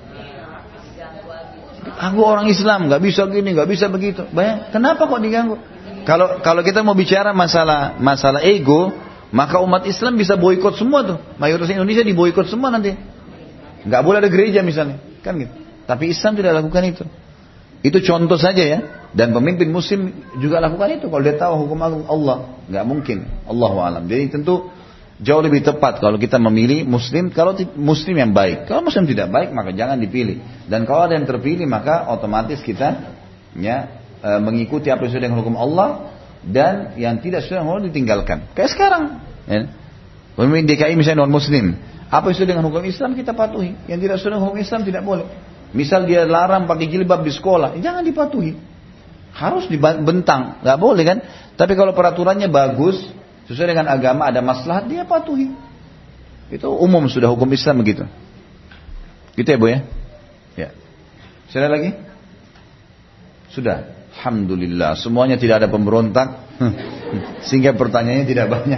aku orang Islam, nggak bisa gini, nggak bisa begitu. Banyak. Kenapa kok diganggu? Kalau kalau kita mau bicara masalah masalah ego, maka umat Islam bisa boikot semua tuh. Mayoritas Indonesia diboikot semua nanti. Nggak boleh ada gereja misalnya, kan gitu. Tapi Islam tidak lakukan itu. Itu contoh saja ya. Dan pemimpin Muslim juga lakukan itu. Kalau dia tahu hukum Allah, nggak mungkin. Allahu a'lam. Jadi tentu jauh lebih tepat kalau kita memilih Muslim. Kalau Muslim yang baik, kalau Muslim tidak baik maka jangan dipilih. Dan kalau ada yang terpilih maka otomatis kita ya mengikuti apa yang sesuai dengan hukum Allah dan yang tidak sesuai dengan Allah ditinggalkan. Kayak sekarang, ya. Pemimpin D K I misalnya non Muslim, apa yang sesuai dengan hukum Islam kita patuhi, yang tidak sesuai dengan hukum Islam tidak boleh. Misal dia larang pakai jilbab di sekolah, jangan dipatuhi, harus dibentang, nggak boleh kan? Tapi kalau peraturannya bagus, sesuai dengan agama, ada maslahat, dia patuhi. Itu umum sudah hukum Islam begitu. Gitu ya Bu ya? Ya. Sudah lagi? Sudah. Alhamdulillah, semuanya tidak ada pemberontak, sehingga pertanyaannya tidak banyak.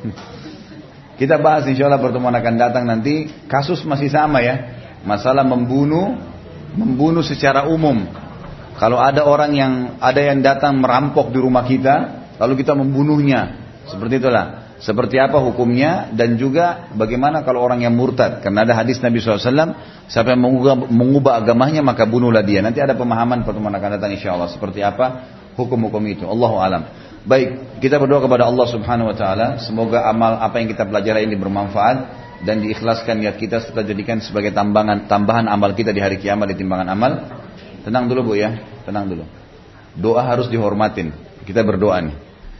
Kita bahas insya Allah pertemuan akan datang nanti. Kasus masih sama ya, masalah membunuh, membunuh secara umum. Kalau ada orang yang ada yang datang merampok di rumah kita, lalu kita membunuhnya, seperti itulah. Seperti apa hukumnya dan juga bagaimana kalau orang yang murtad. Karena ada hadis Nabi shallallahu alaihi wasallam, siapa yang mengubah, mengubah agamanya maka bunuhlah dia. Nanti ada pemahaman pertemuan akan datang insya Allah. Seperti apa hukum-hukum itu. Allahu alam. Baik, kita berdoa kepada Allah subhanahu wa ta'ala. Semoga amal apa yang kita pelajari ini bermanfaat dan diikhlaskan niat kita serta jadikan sebagai tambahan, tambahan amal kita di hari kiamat di timbangan amal. Tenang dulu Bu ya, tenang dulu. Doa harus dihormatin. Kita berdoa nih.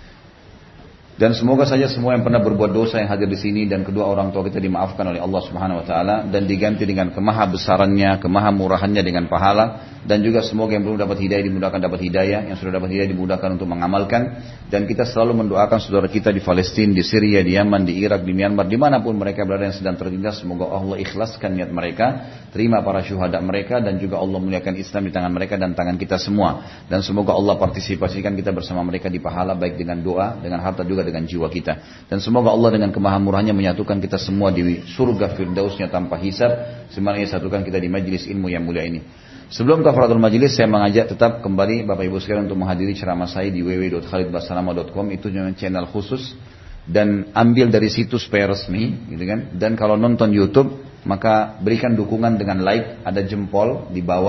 Dan semoga saja semua yang pernah berbuat dosa yang hadir di sini dan kedua orang tua kita dimaafkan oleh Allah Subhanahu wa taala dan diganti dengan kemaha besarannya, kemaha murahannya dengan pahala, dan juga semoga yang belum dapat hidayah dimudahkan dapat hidayah, yang sudah dapat hidayah dimudahkan untuk mengamalkan, dan kita selalu mendoakan saudara kita di Palestina, di Syria, di Yaman, di Irak, di Myanmar, dimanapun mereka berada yang sedang tertindas, semoga Allah ikhlaskan niat mereka, terima para syuhada mereka, dan juga Allah muliakan Islam di tangan mereka dan tangan kita semua, dan semoga Allah partisipasikan kita bersama mereka di pahala baik dengan doa, dengan harta juga dengan jiwa kita, dan semoga Allah dengan kemahamurahannya menyatukan kita semua di surga firdausnya tanpa hisab, sebagaimana ia satukan kita di majlis ilmu yang mulia ini. Sebelum kafaratul majlis, saya mengajak tetap kembali Bapak Ibu sekalian untuk menghadiri ceramah saya di w w w titik khalid basalamah titik com. Itu channel khusus dan ambil dari situs P resmi, gitu kan. Dan kalau nonton YouTube, maka berikan dukungan dengan like, ada jempol di bawah,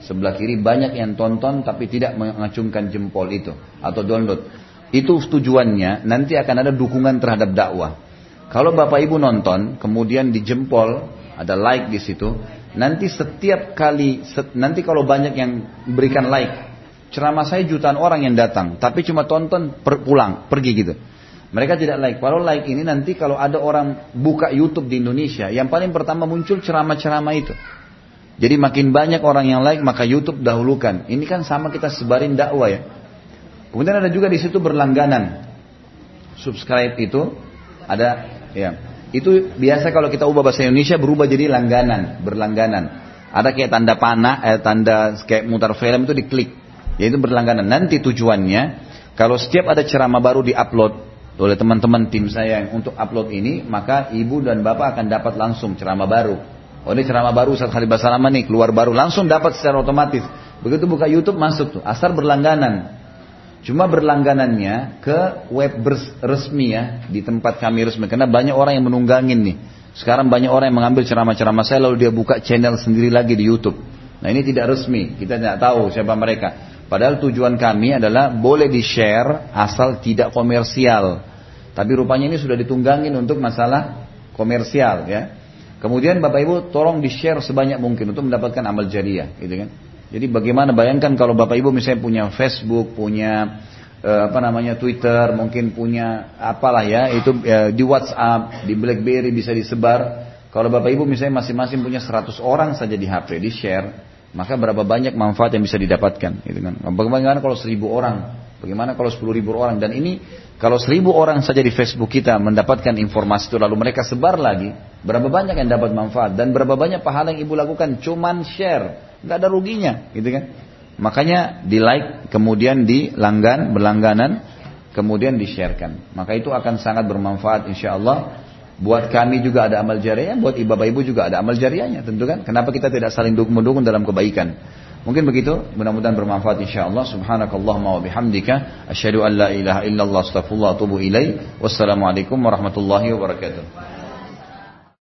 sebelah kiri banyak yang tonton tapi tidak mengacungkan jempol itu atau download. Itu tujuannya nanti akan ada dukungan terhadap dakwah. Kalau Bapak Ibu nonton kemudian di jempol ada like di situ, nanti setiap kali set, nanti kalau banyak yang berikan like, ceramah saya jutaan orang yang datang, tapi cuma tonton per, pulang pergi gitu. Mereka tidak like. Kalau like ini nanti kalau ada orang buka YouTube di Indonesia, yang paling pertama muncul ceramah-ceramah itu. Jadi makin banyak orang yang like, maka YouTube dahulukan. Ini kan sama kita sebarin dakwah ya. Kemudian ada juga di situ berlangganan. Subscribe itu ada ya. Itu biasa kalau kita ubah bahasa Indonesia berubah jadi langganan, berlangganan. Ada kayak tanda panah, eh, tanda kayak mutar film itu diklik. Yaitu berlangganan. Nanti tujuannya kalau setiap ada ceramah baru diupload oleh teman-teman tim saya yang untuk upload ini, maka ibu dan bapak akan dapat langsung ceramah baru. Oh ini ceramah baru Ustaz Khalid Basalamah nih keluar baru, langsung dapat secara otomatis. Begitu buka YouTube masuk tuh, asal berlangganan. Cuma berlangganannya ke web resmi ya, di tempat kami resmi. Karena banyak orang yang menunggangin nih. Sekarang banyak orang yang mengambil ceramah-ceramah saya lalu dia buka channel sendiri lagi di YouTube. Nah ini tidak resmi, kita tidak tahu siapa mereka. Padahal tujuan kami adalah boleh di-share asal tidak komersial. Tapi rupanya ini sudah ditunggangin untuk masalah komersial ya. Kemudian Bapak Ibu tolong di-share sebanyak mungkin untuk mendapatkan amal jariah gitu kan. Jadi bagaimana bayangkan kalau Bapak Ibu misalnya punya Facebook, punya eh, apa namanya Twitter, mungkin punya apalah ya, itu eh, di WhatsApp, di BlackBerry bisa disebar. Kalau Bapak Ibu misalnya masing-masing punya seratus orang saja di H P, di-share, maka berapa banyak manfaat yang bisa didapatkan gitu kan. Bagaimana kalau seribu orang? Bagaimana kalau sepuluh ribu orang? Dan ini kalau seribu orang saja di Facebook kita mendapatkan informasi itu lalu mereka sebar lagi, berapa banyak yang dapat manfaat dan berapa banyak pahala yang ibu lakukan cuman share, nggak ada ruginya, gitu kan? Makanya di like, kemudian di langgan, berlangganan, kemudian di sharekan. Maka itu akan sangat bermanfaat, insya Allah. Buat kami juga ada amal jariah, buat bapak ibu juga ada amal jariahnya, tentu kan? Kenapa kita tidak saling dukung-mendukung dalam kebaikan? Mungkin begitu, mudah-mudahan bermanfaat insyaallah. Subhanakallahumma wa bihamdika asyhadu an la ilaha illallah astaghfirullah wa atubu ilaih. Wassalamualaikum warahmatullahi wabarakatuh.